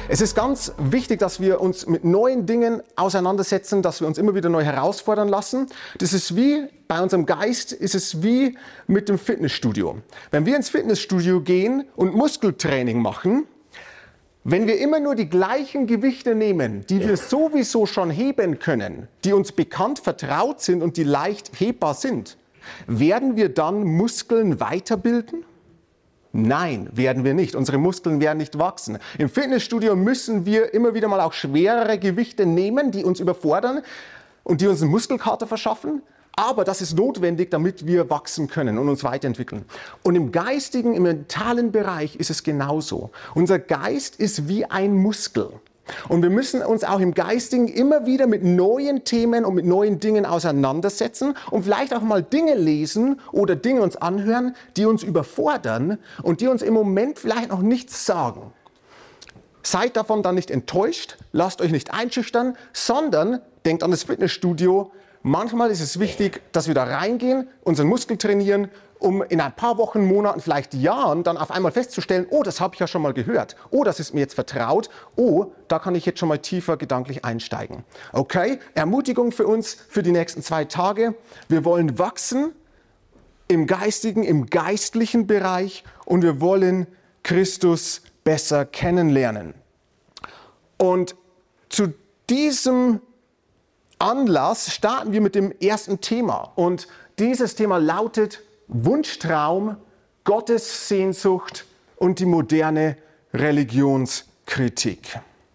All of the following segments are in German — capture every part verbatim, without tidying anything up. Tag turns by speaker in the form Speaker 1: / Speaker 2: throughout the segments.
Speaker 1: Es ist ganz wichtig, dass wir uns mit neuen Dingen auseinandersetzen, dass wir uns immer wieder neu herausfordern lassen. Das ist wie, bei unserem Geist ist es wie mit dem Fitnessstudio. Wenn wir ins Fitnessstudio gehen und Muskeltraining machen, wenn wir immer nur die gleichen Gewichte nehmen, die wir sowieso schon heben können, die uns bekannt vertraut sind und die leicht hebbar sind, werden wir dann Muskeln weiterbilden? Nein, werden wir nicht. Unsere Muskeln werden nicht wachsen. Im Fitnessstudio müssen wir immer wieder mal auch schwerere Gewichte nehmen, die uns überfordern und die uns einen Muskelkater verschaffen. Aber das ist notwendig, damit wir wachsen können und uns weiterentwickeln. Und im geistigen, im mentalen Bereich ist es genauso. Unser Geist ist wie ein Muskel. Und wir müssen uns auch im Geistigen immer wieder mit neuen Themen und mit neuen Dingen auseinandersetzen und vielleicht auch mal Dinge lesen oder Dinge uns anhören, die uns überfordern und die uns im Moment vielleicht noch nichts sagen. Seid davon dann nicht enttäuscht, lasst euch nicht einschüchtern, sondern denkt an das Fitnessstudio. Manchmal ist es wichtig, dass wir da reingehen, unseren Muskel trainieren, um in ein paar Wochen, Monaten, vielleicht Jahren dann auf einmal festzustellen, oh, das habe ich ja schon mal gehört, oh, das ist mir jetzt vertraut, oh, da kann ich jetzt schon mal tiefer gedanklich einsteigen. Okay, Ermutigung für uns für die nächsten zwei Tage. Wir wollen wachsen im geistigen, im geistlichen Bereich und wir wollen Christus besser kennenlernen. Und zu diesem Anlass starten wir mit dem ersten Thema. Und dieses Thema lautet Wunschtraum, Gottessehnsucht und die moderne Religionskritik.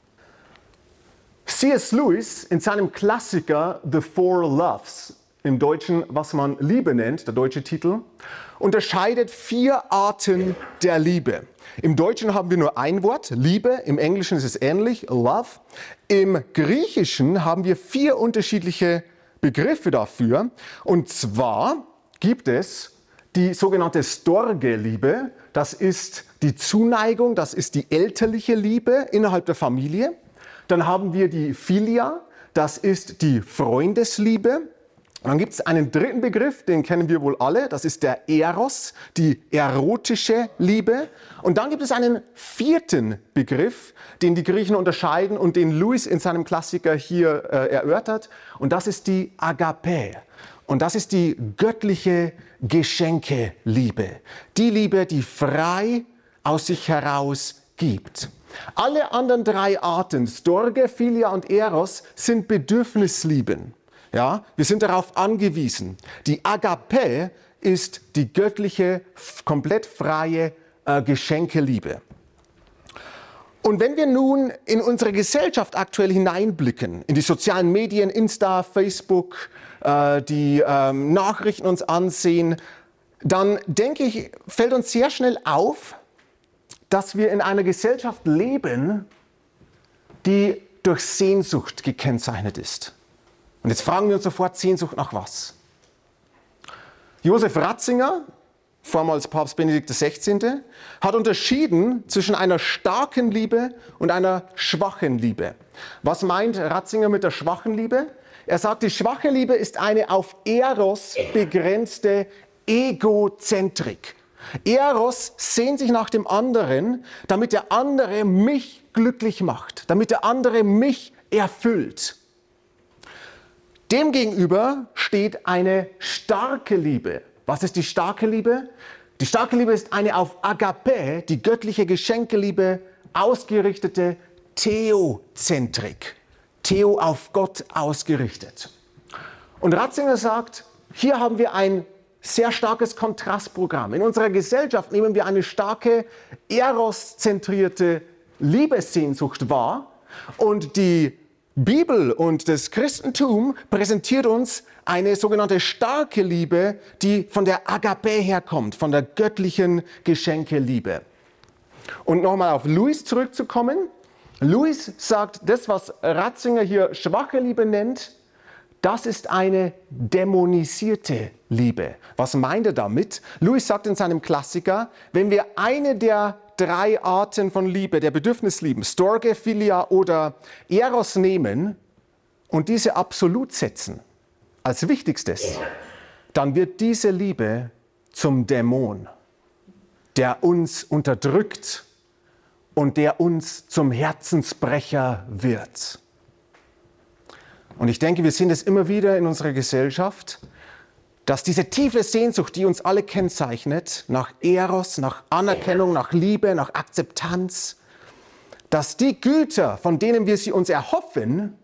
Speaker 1: C S Lewis in seinem Klassiker The Four Loves, im Deutschen was man Liebe nennt, der deutsche Titel, unterscheidet vier Arten der Liebe. Im Deutschen haben wir nur ein Wort, Liebe, im Englischen ist es ähnlich, Love. Im Griechischen haben wir vier unterschiedliche Begriffe dafür. Und zwar gibt es die sogenannte Storge-Liebe, das ist die Zuneigung, das ist die elterliche Liebe innerhalb der Familie. Dann haben wir die Philia, das ist die Freundesliebe. Und dann gibt es einen dritten Begriff, den kennen wir wohl alle, das ist der Eros, die erotische Liebe. Und dann gibt es einen vierten Begriff, den die Griechen unterscheiden und den Lewis in seinem Klassiker hier äh, erörtert. Und das ist die Agape. Und das ist die göttliche Geschenkeliebe. Die Liebe, die frei aus sich heraus gibt. Alle anderen drei Arten, Storge, Philia und Eros, sind Bedürfnislieben. Ja, wir sind darauf angewiesen. Die Agape ist die göttliche, komplett freie äh, Geschenkeliebe. Und wenn wir nun in unsere Gesellschaft aktuell hineinblicken, in die sozialen Medien, Insta, Facebook, äh, die ähm, Nachrichten uns ansehen, dann denke ich, fällt uns sehr schnell auf, dass wir in einer Gesellschaft leben, die durch Sehnsucht gekennzeichnet ist. Und jetzt fragen wir uns sofort, Sehnsucht nach was? Josef Ratzinger, vormals Papst Benedikt der Sechzehnte, hat unterschieden zwischen einer starken Liebe und einer schwachen Liebe. Was meint Ratzinger mit der schwachen Liebe? Er sagt, die schwache Liebe ist eine auf Eros begrenzte Egozentrik. Eros sehnt sich nach dem anderen, damit der andere mich glücklich macht, damit der andere mich erfüllt. Demgegenüber steht eine starke Liebe. Was ist die starke Liebe? Die starke Liebe ist eine auf Agape, die göttliche Geschenkeliebe, ausgerichtete Theozentrik. Theo auf Gott ausgerichtet. Und Ratzinger sagt, hier haben wir ein sehr starkes Kontrastprogramm. In unserer Gesellschaft nehmen wir eine starke Eros-zentrierte Liebessehnsucht wahr und die Bibel und das Christentum präsentiert uns eine sogenannte starke Liebe, die von der Agape herkommt, von der göttlichen Geschenkeliebe. Und nochmal auf Lewis zurückzukommen. Lewis sagt, das, was Ratzinger hier schwache Liebe nennt, das ist eine dämonisierte Liebe. Was meint er damit? Lewis sagt in seinem Klassiker, wenn wir eine der drei Arten von Liebe, der Bedürfnislieben, Storge, Philia oder Eros nehmen und diese absolut setzen, als Wichtigstes, dann wird diese Liebe zum Dämon, der uns unterdrückt und der uns zum Herzensbrecher wird. Und ich denke, wir sehen es immer wieder in unserer Gesellschaft, dass diese tiefe Sehnsucht, die uns alle kennzeichnet, nach Eros, nach Anerkennung, nach Liebe, nach Akzeptanz, dass die Güter, von denen wir sie uns erhoffen,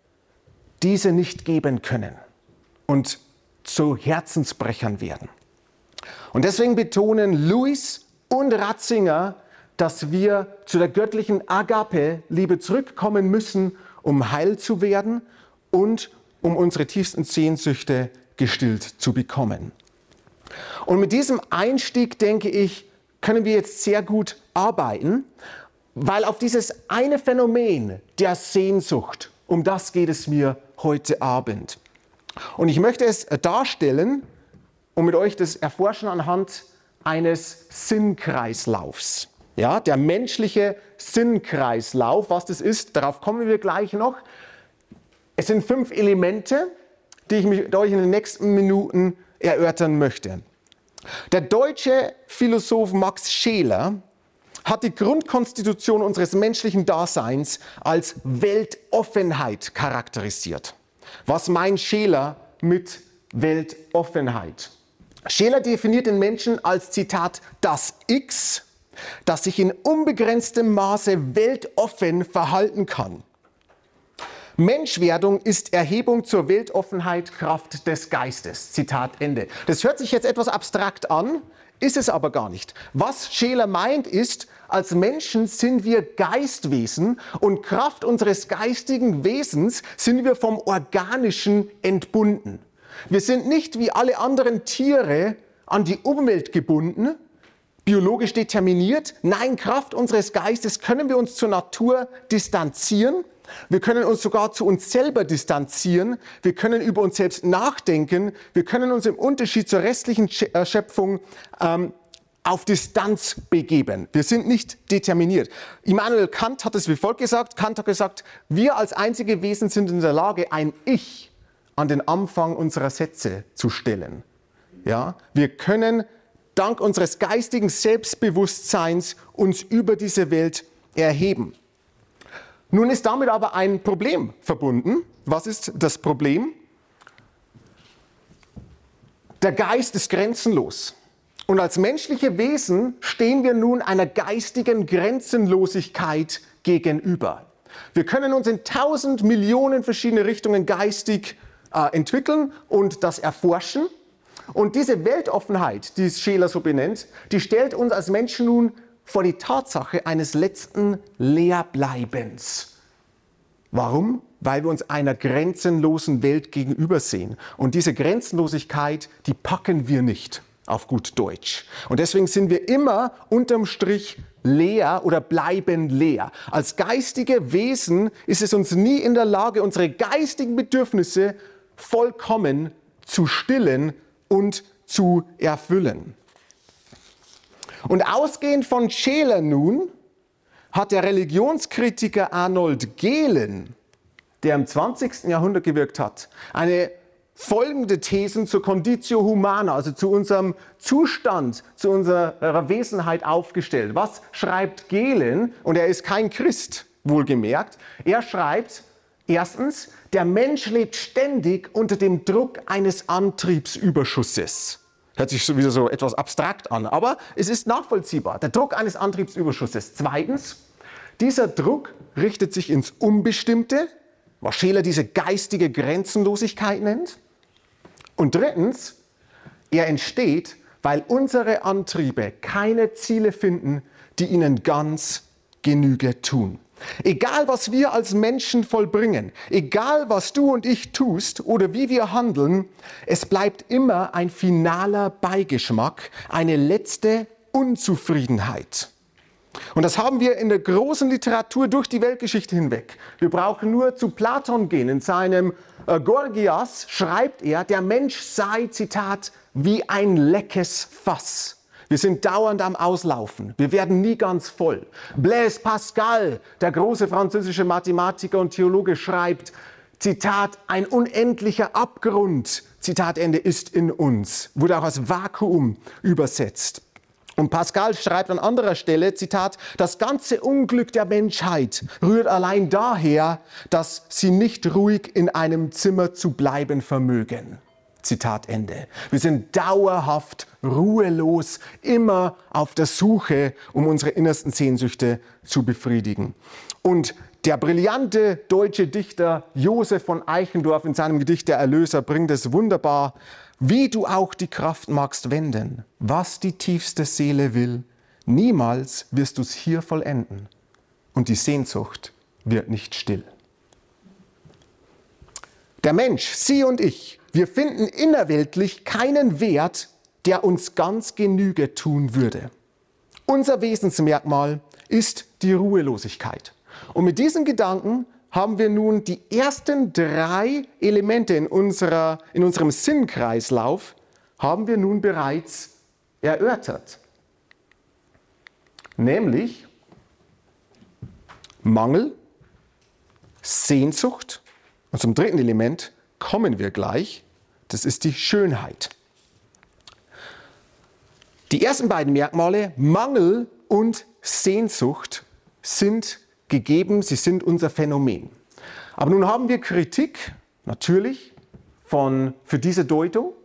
Speaker 1: diese nicht geben können und zu Herzensbrechern werden. Und deswegen betonen Lewis und Ratzinger, dass wir zu der göttlichen Agape-Liebe zurückkommen müssen, um heil zu werden und um unsere tiefsten Sehnsüchte gestillt zu bekommen. Und mit diesem Einstieg, denke ich, können wir jetzt sehr gut arbeiten, weil auf dieses eine Phänomen der Sehnsucht, um das geht es mir heute Abend. Und ich möchte es darstellen und mit euch das erforschen anhand eines Sinnkreislaufs. Ja, der menschliche Sinnkreislauf, was das ist, darauf kommen wir gleich noch. Es sind fünf Elemente, die ich mit euch in den nächsten Minuten erörtern möchte. Der deutsche Philosoph Max Scheler hat die Grundkonstitution unseres menschlichen Daseins als Weltoffenheit charakterisiert. Was meint Scheler mit Weltoffenheit? Scheler definiert den Menschen als, Zitat, das Ich, das sich in unbegrenztem Maße weltoffen verhalten kann. Menschwerdung ist Erhebung zur Weltoffenheit Kraft des Geistes. Zitat Ende. Das hört sich jetzt etwas abstrakt an, ist es aber gar nicht. Was Scheler meint ist, als Menschen sind wir Geistwesen und Kraft unseres geistigen Wesens sind wir vom Organischen entbunden. Wir sind nicht wie alle anderen Tiere an die Umwelt gebunden, biologisch determiniert. Nein, Kraft unseres Geistes können wir uns zur Natur distanzieren. Wir können uns sogar zu uns selber distanzieren. Wir können über uns selbst nachdenken. Wir können uns im Unterschied zur restlichen Schöpfung ähm, auf Distanz begeben. Wir sind nicht determiniert. Immanuel Kant hat es wie folgt gesagt. Kant hat gesagt, wir als einzige Wesen sind in der Lage, ein Ich an den Anfang unserer Sätze zu stellen. Ja? Wir können dank unseres geistigen Selbstbewusstseins uns über diese Welt erheben. Nun ist damit aber ein Problem verbunden. Was ist das Problem? Der Geist ist grenzenlos. Und als menschliche Wesen stehen wir nun einer geistigen Grenzenlosigkeit gegenüber. Wir können uns in tausend Millionen verschiedene Richtungen geistig äh, entwickeln und das erforschen. Und diese Weltoffenheit, die Scheler so benennt, die stellt uns als Menschen nun vor die Tatsache eines letzten Leerbleibens. Warum? Weil wir uns einer grenzenlosen Welt gegenübersehen. Und diese Grenzenlosigkeit, die packen wir nicht, auf gut Deutsch. Und deswegen sind wir immer unterm Strich leer oder bleiben leer. Als geistige Wesen ist es uns nie in der Lage, unsere geistigen Bedürfnisse vollkommen zu stillen und zu erfüllen. Und ausgehend von Scheler nun hat der Religionskritiker Arnold Gehlen, der im zwanzigsten Jahrhundert gewirkt hat, eine folgende Thesen zur Conditio Humana, also zu unserem Zustand, zu unserer Wesenheit aufgestellt. Was schreibt Gehlen? Und er ist kein Christ, wohlgemerkt. Er schreibt, erstens, der Mensch lebt ständig unter dem Druck eines Antriebsüberschusses. Hört sich sowieso so etwas abstrakt an, aber es ist nachvollziehbar. Der Druck eines Antriebsüberschusses. Zweitens, dieser Druck richtet sich ins Unbestimmte, was Scheler diese geistige Grenzenlosigkeit nennt. Und drittens, er entsteht, weil unsere Antriebe keine Ziele finden, die ihnen ganz Genüge tun. Egal, was wir als Menschen vollbringen, egal, was du und ich tust oder wie wir handeln, es bleibt immer ein finaler Beigeschmack, eine letzte Unzufriedenheit. Und das haben wir in der großen Literatur durch die Weltgeschichte hinweg. Wir brauchen nur zu Platon gehen. In seinem äh, Gorgias schreibt er, der Mensch sei, Zitat, wie ein leckes Fass. Wir sind dauernd am Auslaufen. Wir werden nie ganz voll. Blaise Pascal, der große französische Mathematiker und Theologe, schreibt, Zitat, ein unendlicher Abgrund, Zitat Ende, ist in uns. Wurde auch als Vakuum übersetzt. Und Pascal schreibt an anderer Stelle, Zitat, das ganze Unglück der Menschheit rührt allein daher, dass sie nicht ruhig in einem Zimmer zu bleiben vermögen. Zitat Ende. Wir sind dauerhaft ruhelos, immer auf der Suche, um unsere innersten Sehnsüchte zu befriedigen. Und der brillante deutsche Dichter Josef von Eichendorff in seinem Gedicht Der Erlöser bringt es wunderbar: Wie du auch die Kraft magst wenden, was die tiefste Seele will, niemals wirst du's hier vollenden. Und die Sehnsucht wird nicht still. Der Mensch, Sie und ich, wir finden innerweltlich keinen Wert, der uns ganz Genüge tun würde. Unser Wesensmerkmal ist die Ruhelosigkeit. Und mit diesen Gedanken haben wir nun die ersten drei Elemente in, unserer, in unserem Sinnkreislauf haben wir nun bereits erörtert. Nämlich Mangel, Sehnsucht und zum dritten Element kommen wir gleich, das ist die Schönheit. Die ersten beiden Merkmale, Mangel und Sehnsucht, sind gegeben, sie sind unser Phänomen. Aber nun haben wir Kritik, natürlich, von, für diese Deutung.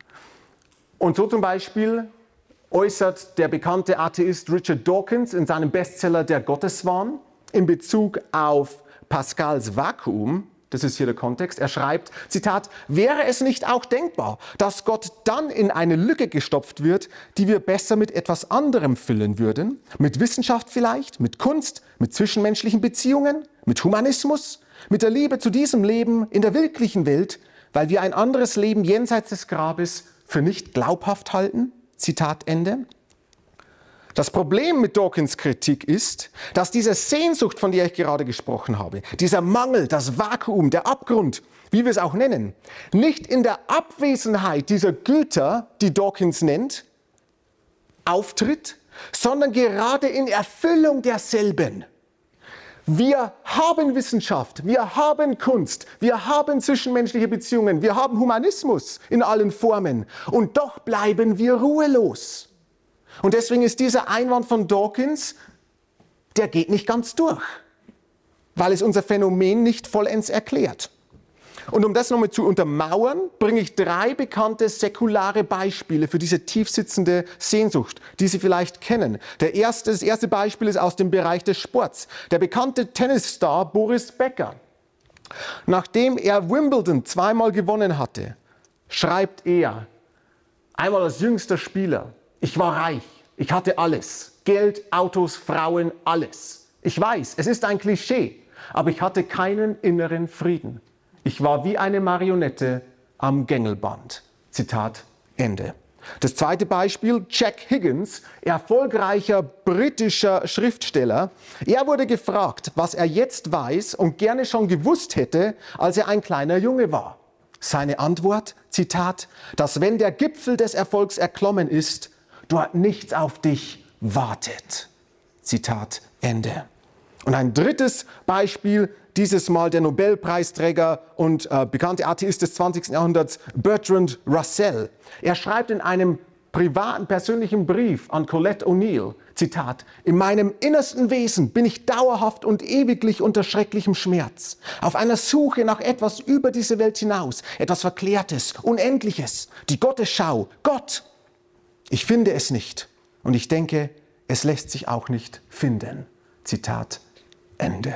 Speaker 1: Und so zum Beispiel äußert der bekannte Atheist Richard Dawkins in seinem Bestseller Der Gotteswahn in Bezug auf Pascals Vakuum, das ist hier der Kontext, er schreibt, Zitat, wäre es nicht auch denkbar, dass Gott dann in eine Lücke gestopft wird, die wir besser mit etwas anderem füllen würden? Mit Wissenschaft vielleicht, mit Kunst, mit zwischenmenschlichen Beziehungen, mit Humanismus, mit der Liebe zu diesem Leben in der wirklichen Welt, weil wir ein anderes Leben jenseits des Grabes für nicht glaubhaft halten? Zitat Ende. Das Problem mit Dawkins Kritik ist, dass diese Sehnsucht, von der ich gerade gesprochen habe, dieser Mangel, das Vakuum, der Abgrund, wie wir es auch nennen, nicht in der Abwesenheit dieser Güter, die Dawkins nennt, auftritt, sondern gerade in Erfüllung derselben. Wir haben Wissenschaft, wir haben Kunst, wir haben zwischenmenschliche Beziehungen, wir haben Humanismus in allen Formen und doch bleiben wir ruhelos. Und deswegen ist dieser Einwand von Dawkins, der geht nicht ganz durch, weil es unser Phänomen nicht vollends erklärt. Und um das nochmal zu untermauern, bringe ich drei bekannte säkulare Beispiele für diese tiefsitzende Sehnsucht, die Sie vielleicht kennen. Der erste, das erste Beispiel ist aus dem Bereich des Sports. Der bekannte Tennisstar Boris Becker. Nachdem er Wimbledon zweimal gewonnen hatte, schreibt er, einmal als jüngster Spieler, ich war reich, ich hatte alles, Geld, Autos, Frauen, alles. Ich weiß, es ist ein Klischee, aber ich hatte keinen inneren Frieden. Ich war wie eine Marionette am Gängelband. Zitat Ende. Das zweite Beispiel, Jack Higgins, erfolgreicher britischer Schriftsteller. Er wurde gefragt, was er jetzt weiß und gerne schon gewusst hätte, als er ein kleiner Junge war. Seine Antwort, Zitat, dass wenn der Gipfel des Erfolgs erklommen ist, dort nichts auf dich wartet. Zitat Ende. Und ein drittes Beispiel, dieses Mal der Nobelpreisträger und äh, bekannte Atheist des zwanzigsten Jahrhunderts Bertrand Russell. Er schreibt in einem privaten, persönlichen Brief an Colette O'Neill, Zitat, in meinem innersten Wesen bin ich dauerhaft und ewiglich unter schrecklichem Schmerz, auf einer Suche nach etwas über diese Welt hinaus, etwas Verklärtes, Unendliches, die Gottesschau, Gott. Ich finde es nicht und ich denke, es lässt sich auch nicht finden. Zitat Ende.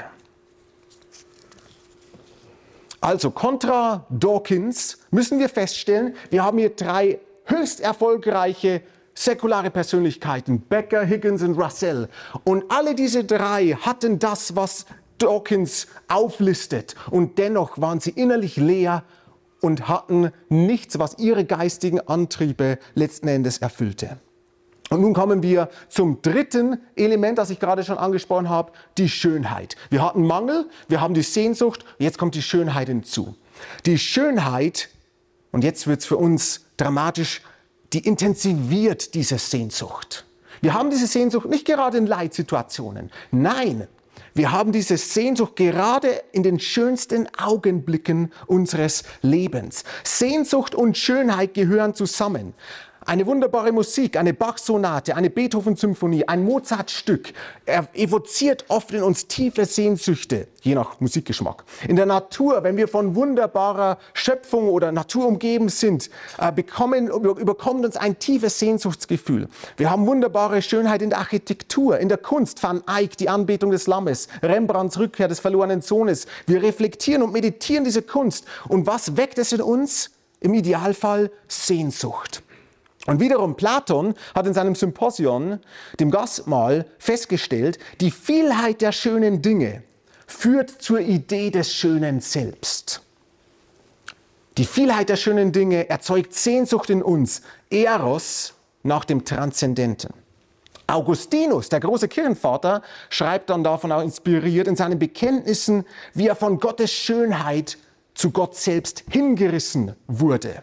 Speaker 1: Also kontra Dawkins müssen wir feststellen, wir haben hier drei höchst erfolgreiche säkulare Persönlichkeiten, Becker, Higgins und Russell. Und alle diese drei hatten das, was Dawkins auflistet. Und dennoch waren sie innerlich leer und hatten nichts, was ihre geistigen Antriebe letzten Endes erfüllte. Und nun kommen wir zum dritten Element, das ich gerade schon angesprochen habe, die Schönheit. Wir hatten Mangel, wir haben die Sehnsucht, jetzt kommt die Schönheit hinzu. Die Schönheit, und jetzt wird es für uns dramatisch, die intensiviert diese Sehnsucht. Wir haben diese Sehnsucht nicht gerade in Leitsituationen, nein, wir haben diese Sehnsucht gerade in den schönsten Augenblicken unseres Lebens. Sehnsucht und Schönheit gehören zusammen. Eine wunderbare Musik, eine Bach-Sonate, eine Beethoven-Symphonie, ein Mozart-Stück. Er evoziert oft in uns tiefe Sehnsüchte, je nach Musikgeschmack. In der Natur, wenn wir von wunderbarer Schöpfung oder Natur umgeben sind, bekommen, überkommt uns ein tiefes Sehnsuchtsgefühl. Wir haben wunderbare Schönheit in der Architektur, in der Kunst, Van Eyck, die Anbetung des Lammes, Rembrandts Rückkehr des verlorenen Sohnes. Wir reflektieren und meditieren diese Kunst. Und was weckt es in uns? Im Idealfall Sehnsucht. Und wiederum Platon hat in seinem Symposion, dem Gastmahl, festgestellt, die Vielheit der schönen Dinge führt zur Idee des schönen Selbst. Die Vielheit der schönen Dinge erzeugt Sehnsucht in uns, Eros nach dem Transzendenten. Augustinus, der große Kirchenvater, schreibt dann davon auch inspiriert in seinen Bekenntnissen, wie er von Gottes Schönheit zu Gott selbst hingerissen wurde.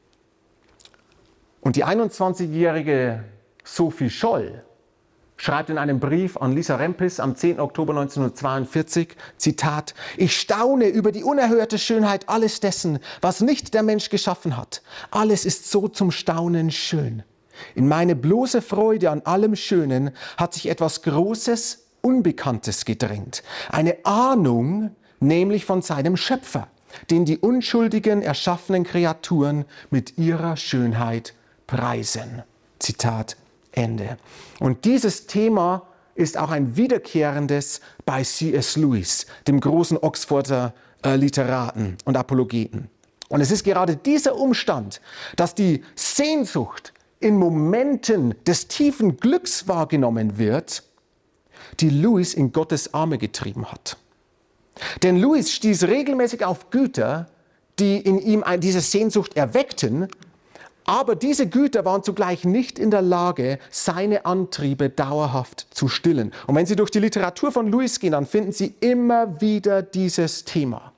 Speaker 1: Und die einundzwanzigjährige Sophie Scholl schreibt in einem Brief an Lisa Rempis am zehnten Oktober neunzehnhundertzweiundvierzig, Zitat, ich staune über die unerhörte Schönheit alles dessen, was nicht der Mensch geschaffen hat. Alles ist so zum Staunen schön. In meine bloße Freude an allem Schönen hat sich etwas Großes, Unbekanntes gedrängt. Eine Ahnung, nämlich von seinem Schöpfer, den die unschuldigen, erschaffenen Kreaturen mit ihrer Schönheit preisen. Zitat Ende. Und dieses Thema ist auch ein wiederkehrendes bei C S Lewis, dem großen Oxforder äh, Literaten und Apologeten. Und es ist gerade dieser Umstand, dass die Sehnsucht in Momenten des tiefen Glücks wahrgenommen wird, die Lewis in Gottes Arme getrieben hat. Denn Lewis stieß regelmäßig auf Güter, die in ihm diese Sehnsucht erweckten, aber diese Güter waren zugleich nicht in der Lage, seine Antriebe dauerhaft zu stillen. Und wenn Sie durch die Literatur von Lewis gehen, dann finden Sie immer wieder dieses Thema.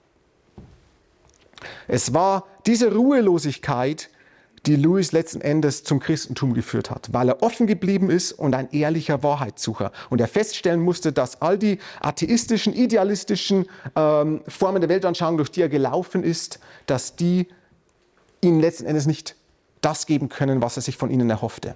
Speaker 1: Es war diese Ruhelosigkeit, die Lewis letzten Endes zum Christentum geführt hat, weil er offen geblieben ist und ein ehrlicher Wahrheitssucher. Und er feststellen musste, dass all die atheistischen, idealistischen ähm, Formen der Weltanschauung, durch die er gelaufen ist, dass die ihn letzten Endes nicht das geben können, was er sich von ihnen erhoffte.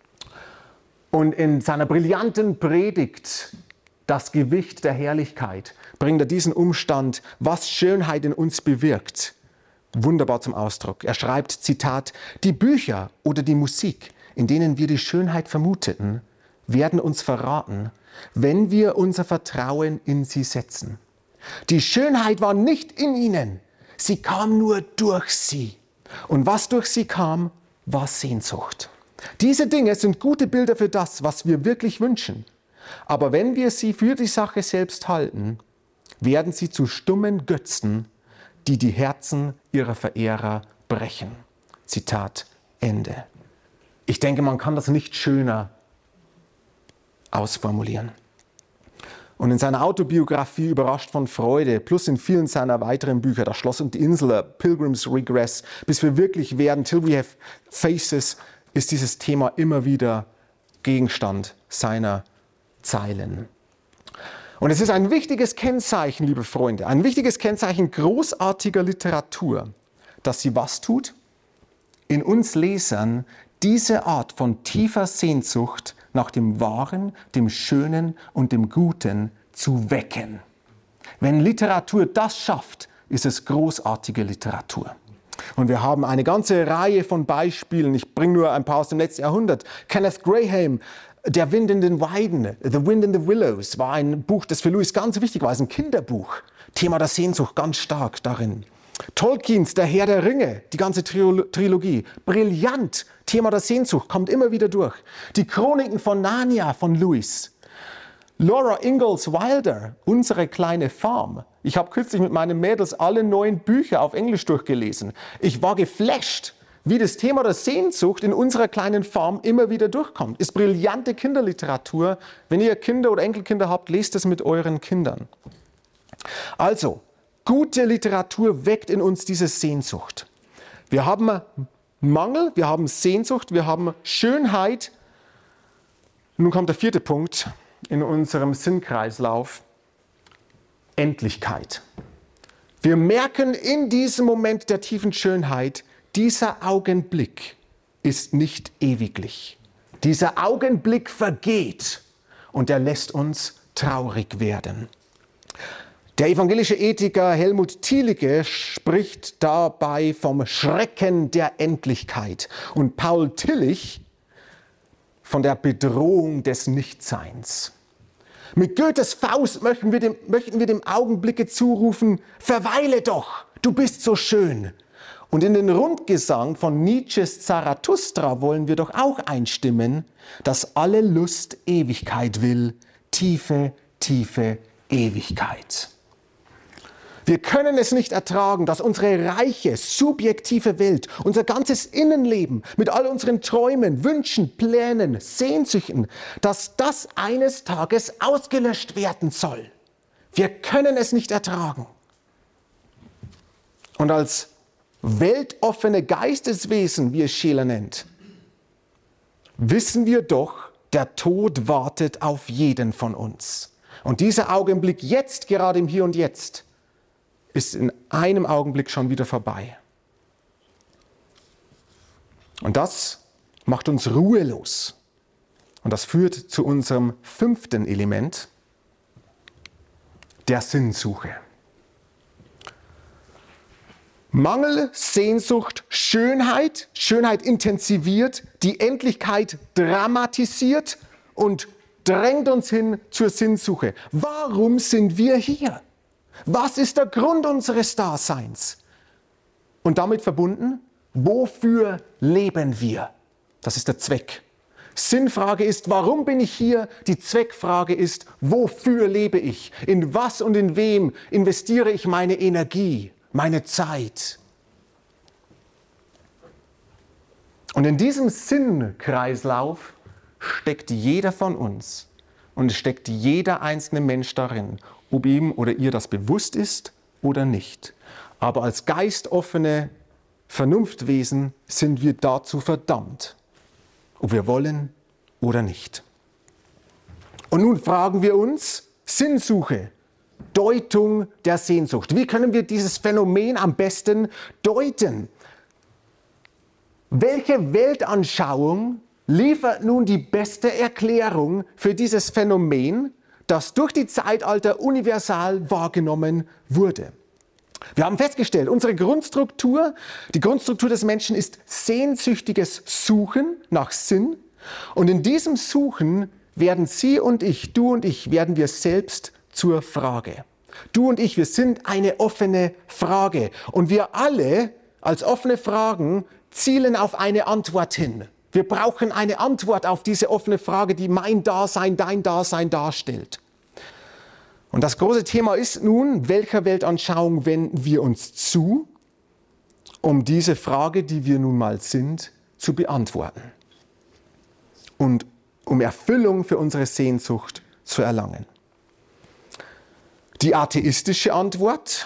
Speaker 1: Und in seiner brillanten Predigt, das Gewicht der Herrlichkeit, bringt er diesen Umstand, was Schönheit in uns bewirkt, wunderbar zum Ausdruck. Er schreibt, Zitat, die Bücher oder die Musik, in denen wir die Schönheit vermuteten, werden uns verraten, wenn wir unser Vertrauen in sie setzen. Die Schönheit war nicht in ihnen, sie kam nur durch sie. Und was durch sie kam, war Sehnsucht. Diese Dinge sind gute Bilder für das, was wir wirklich wünschen. Aber wenn wir sie für die Sache selbst halten, werden sie zu stummen Götzen, die die Herzen ihrer Verehrer brechen. Zitat Ende. Ich denke, man kann das nicht schöner ausformulieren. Und in seiner Autobiografie Überrascht von Freude, plus in vielen seiner weiteren Bücher, Das Schloss und die Insel, Pilgrim's Regress, bis wir wirklich werden, Till We Have Faces, ist dieses Thema immer wieder Gegenstand seiner Zeilen. Und es ist ein wichtiges Kennzeichen, liebe Freunde, ein wichtiges Kennzeichen großartiger Literatur, dass sie was tut? In uns Lesern diese Art von tiefer Sehnsucht nach dem Wahren, dem Schönen und dem Guten zu wecken. Wenn Literatur das schafft, ist es großartige Literatur. Und wir haben eine ganze Reihe von Beispielen. Ich bringe nur ein paar aus dem letzten Jahrhundert. Kenneth Grahame, Der Wind in den Weiden, The Wind in the Willows, war ein Buch, das für Lewis ganz wichtig war. Es ist ein Kinderbuch. Thema der Sehnsucht ganz stark darin. Tolkiens Der Herr der Ringe, die ganze Trilogie. Brillant. Thema der Sehnsucht, kommt immer wieder durch. Die Chroniken von Narnia von Lewis. Laura Ingalls Wilder, Unsere kleine Farm. Ich habe kürzlich mit meinen Mädels alle neun Bücher auf Englisch durchgelesen. Ich war geflasht, wie das Thema der Sehnsucht in Unserer kleinen Farm immer wieder durchkommt. Ist brillante Kinderliteratur. Wenn ihr Kinder oder Enkelkinder habt, lest es mit euren Kindern. Also, gute Literatur weckt in uns diese Sehnsucht. Wir haben Mangel, wir haben Sehnsucht, wir haben Schönheit. Nun kommt der vierte Punkt in unserem Sinnkreislauf. Endlichkeit. Wir merken in diesem Moment der tiefen Schönheit, dieser Augenblick ist nicht ewiglich. Dieser Augenblick vergeht und er lässt uns traurig werden. Der evangelische Ethiker Helmut Thielicke spricht dabei vom Schrecken der Endlichkeit und Paul Tillich von der Bedrohung des Nichtseins. Mit Goethes Faust möchten wir dem, möchten wir dem Augenblicke zurufen, verweile doch, du bist so schön. Und in den Rundgesang von Nietzsches Zarathustra wollen wir doch auch einstimmen, dass alle Lust Ewigkeit will, tiefe, tiefe Ewigkeit. Wir können es nicht ertragen, dass unsere reiche, subjektive Welt, unser ganzes Innenleben mit all unseren Träumen, Wünschen, Plänen, Sehnsüchten, dass das eines Tages ausgelöscht werden soll. Wir können es nicht ertragen. Und als weltoffene Geisteswesen, wie es Scheler nennt, wissen wir doch, der Tod wartet auf jeden von uns. Und dieser Augenblick jetzt, gerade im Hier und Jetzt, ist in einem Augenblick schon wieder vorbei. Und das macht uns ruhelos. Und das führt zu unserem fünften Element, der Sinnsuche. Mangel, Sehnsucht, Schönheit, Schönheit intensiviert, die Endlichkeit dramatisiert und drängt uns hin zur Sinnsuche. Warum sind wir hier? Was ist der Grund unseres Daseins? Und damit verbunden, wofür leben wir? Das ist der Zweck. Sinnfrage ist, warum bin ich hier? Die Zweckfrage ist, wofür lebe ich? In was und in wem investiere ich meine Energie, meine Zeit? Und in diesem Sinnkreislauf steckt jeder von uns und es steckt jeder einzelne Mensch darin, ob ihm oder ihr das bewusst ist oder nicht. Aber als geistoffene Vernunftwesen sind wir dazu verdammt, ob wir wollen oder nicht. Und nun fragen wir uns, Sinnsuche, Deutung der Sehnsucht. Wie können wir dieses Phänomen am besten deuten? Welche Weltanschauung liefert nun die beste Erklärung für dieses Phänomen, das durch die Zeitalter universal wahrgenommen wurde? Wir haben festgestellt, unsere Grundstruktur, die Grundstruktur des Menschen ist sehnsüchtiges Suchen nach Sinn. Und in diesem Suchen werden Sie und ich, du und ich, werden wir selbst zur Frage. Du und ich, wir sind eine offene Frage. Und wir alle als offene Fragen zielen auf eine Antwort hin. Wir brauchen eine Antwort auf diese offene Frage, die mein Dasein, dein Dasein darstellt. Und das große Thema ist nun, welcher Weltanschauung wenden wir uns zu, um diese Frage, die wir nun mal sind, zu beantworten und um Erfüllung für unsere Sehnsucht zu erlangen. Die atheistische Antwort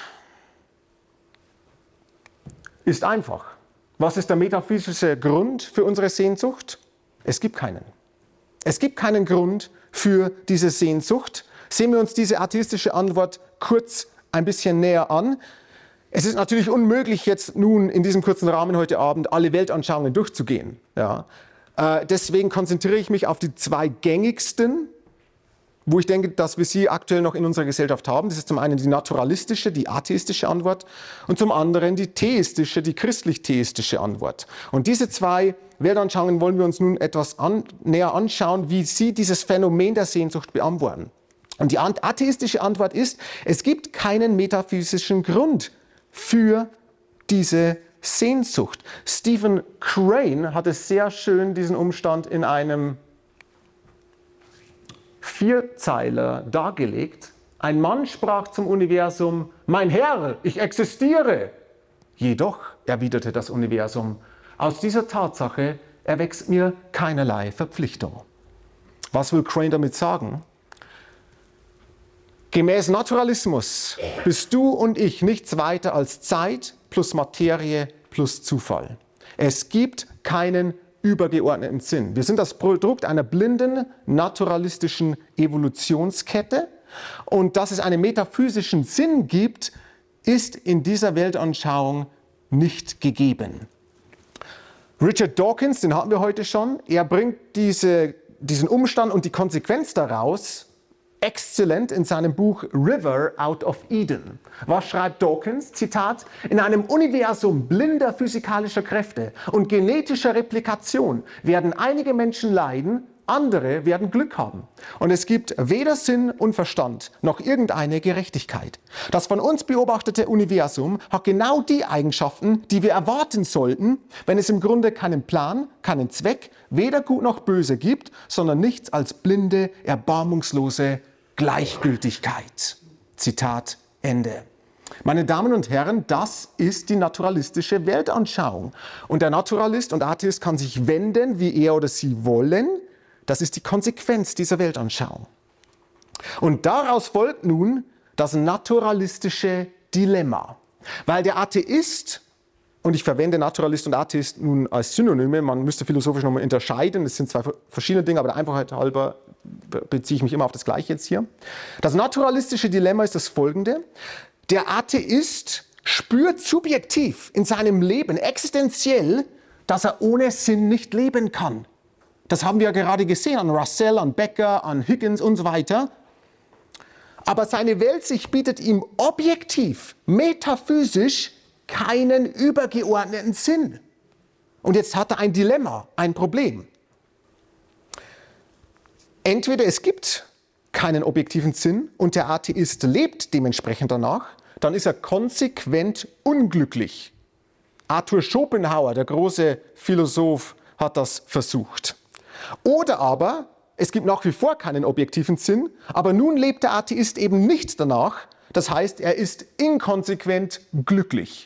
Speaker 1: ist einfach. Was ist der metaphysische Grund für unsere Sehnsucht? Es gibt keinen. Es gibt keinen Grund für diese Sehnsucht. Sehen wir uns diese atheistische Antwort kurz ein bisschen näher an. Es ist natürlich unmöglich, jetzt nun in diesem kurzen Rahmen heute Abend alle Weltanschauungen durchzugehen. Ja. Äh, deswegen konzentriere ich mich auf die zwei gängigsten, wo ich denke, dass wir sie aktuell noch in unserer Gesellschaft haben. Das ist zum einen die naturalistische, die atheistische Antwort und zum anderen die theistische, die christlich-theistische Antwort. Und diese zwei Weltanschauungen wollen wir uns nun etwas an, näher anschauen, wie sie dieses Phänomen der Sehnsucht beantworten. Und die atheistische Antwort ist, es gibt keinen metaphysischen Grund für diese Sehnsucht. Stephen Crane hat es sehr schön, diesen Umstand in einem Vierzeiler dargelegt. Ein Mann sprach zum Universum, mein Herr, ich existiere. Jedoch, erwiderte das Universum, aus dieser Tatsache erwächst mir keinerlei Verpflichtung. Was will Crane damit sagen? Gemäß Naturalismus bist du und ich nichts weiter als Zeit plus Materie plus Zufall. Es gibt keinen übergeordneten Sinn. Wir sind das Produkt einer blinden, naturalistischen Evolutionskette. Und dass es einen metaphysischen Sinn gibt, ist in dieser Weltanschauung nicht gegeben. Richard Dawkins, den hatten wir heute schon, er bringt diese, diesen Umstand und die Konsequenz daraus exzellent in seinem Buch River Out of Eden. Was schreibt Dawkins? Zitat: In einem Universum blinder physikalischer Kräfte und genetischer Replikation werden einige Menschen leiden, andere werden Glück haben. Und es gibt weder Sinn und Verstand noch irgendeine Gerechtigkeit. Das von uns beobachtete Universum hat genau die Eigenschaften, die wir erwarten sollten, wenn es im Grunde keinen Plan, keinen Zweck, weder Gut noch Böse gibt, sondern nichts als blinde, erbarmungslose Gleichgültigkeit. Zitat Ende. Meine Damen und Herren, das ist die naturalistische Weltanschauung. Und der Naturalist und Atheist kann sich wenden, wie er oder sie wollen. Das ist die Konsequenz dieser Weltanschauung. Und daraus folgt nun das naturalistische Dilemma. Weil der Atheist, und ich verwende Naturalist und Atheist nun als Synonyme, man müsste philosophisch nochmal unterscheiden, das sind zwei verschiedene Dinge, aber der Einfachheit halber beziehe ich mich immer auf das Gleiche jetzt hier. Das naturalistische Dilemma ist das folgende: Der Atheist spürt subjektiv in seinem Leben existenziell, dass er ohne Sinn nicht leben kann. Das haben wir ja gerade gesehen an Russell, an Becker, an Higgins und so weiter. Aber seine Weltsicht bietet ihm objektiv, metaphysisch keinen übergeordneten Sinn. Und jetzt hat er ein Dilemma, ein Problem. Entweder es gibt keinen objektiven Sinn und der Atheist lebt dementsprechend danach, dann ist er konsequent unglücklich. Arthur Schopenhauer, der große Philosoph, hat das versucht. Oder aber, es gibt nach wie vor keinen objektiven Sinn, aber nun lebt der Atheist eben nicht danach. Das heißt, er ist inkonsequent glücklich.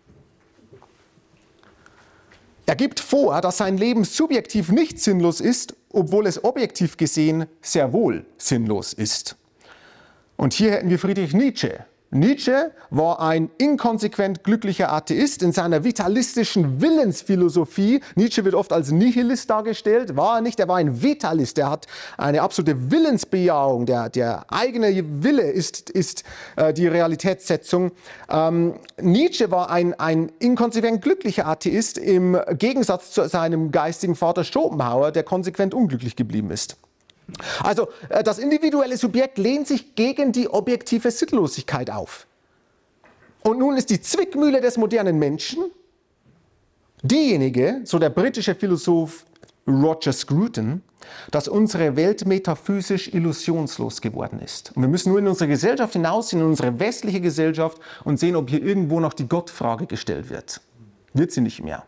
Speaker 1: Er gibt vor, dass sein Leben subjektiv nicht sinnlos ist, obwohl es objektiv gesehen sehr wohl sinnlos ist. Und hier hätten wir Friedrich Nietzsche. Nietzsche war ein inkonsequent glücklicher Atheist in seiner vitalistischen Willensphilosophie. Nietzsche wird oft als Nihilist dargestellt, war er nicht, er war ein Vitalist, er hat eine absolute Willensbejahung, der, der eigene Wille ist, ist äh, die Realitätssetzung. Ähm, Nietzsche war ein, ein inkonsequent glücklicher Atheist im Gegensatz zu seinem geistigen Vater Schopenhauer, der konsequent unglücklich geblieben ist. Also das individuelle Subjekt lehnt sich gegen die objektive Sinnlosigkeit auf. Und nun ist die Zwickmühle des modernen Menschen diejenige, so der britische Philosoph Roger Scruton, dass unsere Welt metaphysisch illusionslos geworden ist. Und wir müssen nur in unsere Gesellschaft hinausgehen, in unsere westliche Gesellschaft und sehen, ob hier irgendwo noch die Gottfrage gestellt wird. Wird sie nicht mehr.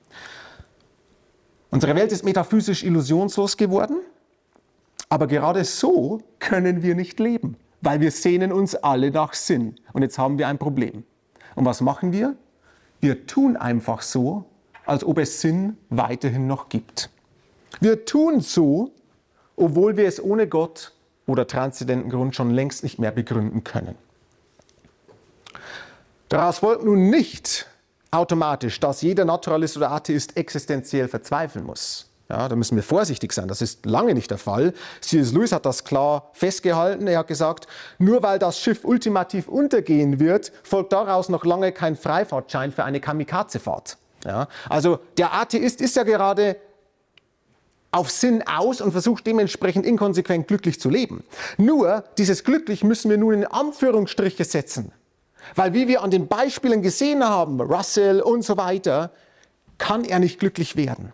Speaker 1: Unsere Welt ist metaphysisch illusionslos geworden. Aber gerade so können wir nicht leben, weil wir sehnen uns alle nach Sinn. Und jetzt haben wir ein Problem. Und was machen wir? Wir tun einfach so, als ob es Sinn weiterhin noch gibt. Wir tun so, obwohl wir es ohne Gott oder transzendenten Grund schon längst nicht mehr begründen können. Daraus folgt nun nicht automatisch, dass jeder Naturalist oder Atheist existenziell verzweifeln muss. Ja, da müssen wir vorsichtig sein. Das ist lange nicht der Fall. C S Lewis hat das klar festgehalten. Er hat gesagt, nur weil das Schiff ultimativ untergehen wird, folgt daraus noch lange kein Freifahrtschein für eine Kamikazefahrt. Ja, also der Atheist ist ja gerade auf Sinn aus und versucht dementsprechend inkonsequent glücklich zu leben. Nur dieses Glücklich müssen wir nun in Anführungsstriche setzen. Weil wie wir an den Beispielen gesehen haben, Russell und so weiter, kann er nicht glücklich werden.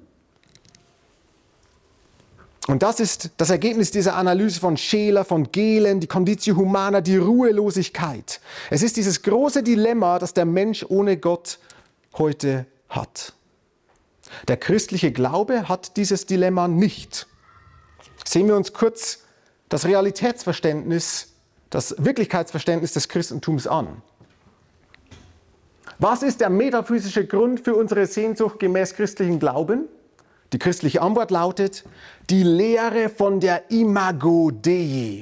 Speaker 1: Und das ist das Ergebnis dieser Analyse von Scheler, von Gehlen, die Conditio Humana, die Ruhelosigkeit. Es ist dieses große Dilemma, das der Mensch ohne Gott heute hat. Der christliche Glaube hat dieses Dilemma nicht. Sehen wir uns kurz das Realitätsverständnis, das Wirklichkeitsverständnis des Christentums an. Was ist der metaphysische Grund für unsere Sehnsucht gemäß christlichen Glauben? Die christliche Antwort lautet, die Lehre von der Imago Dei.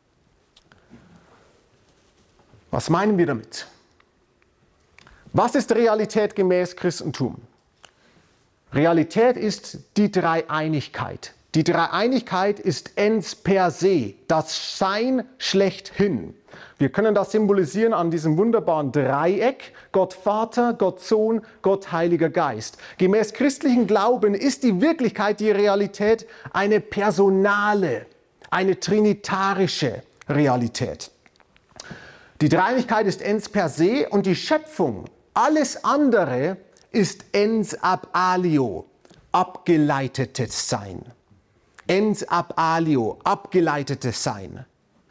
Speaker 1: Was meinen wir damit? Was ist Realität gemäß Christentum? Realität ist die Dreieinigkeit. Die Dreieinigkeit ist ens per se, das Sein schlechthin. Wir können das symbolisieren an diesem wunderbaren Dreieck, Gott Vater, Gott Sohn, Gott Heiliger Geist. Gemäß christlichem Glauben ist die Wirklichkeit, die Realität eine personale, eine trinitarische Realität. Die Dreieinigkeit ist ens per se und die Schöpfung, alles andere ist ens ab alio, abgeleitetes Sein. Ens ab alio, abgeleitetes Sein.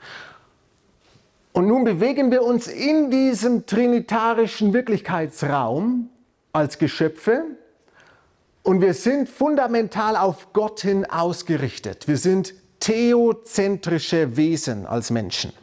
Speaker 1: Und nun bewegen wir uns in diesem trinitarischen Wirklichkeitsraum als Geschöpfe und wir sind fundamental auf Gott hin ausgerichtet. Wir sind theozentrische Wesen als Menschen.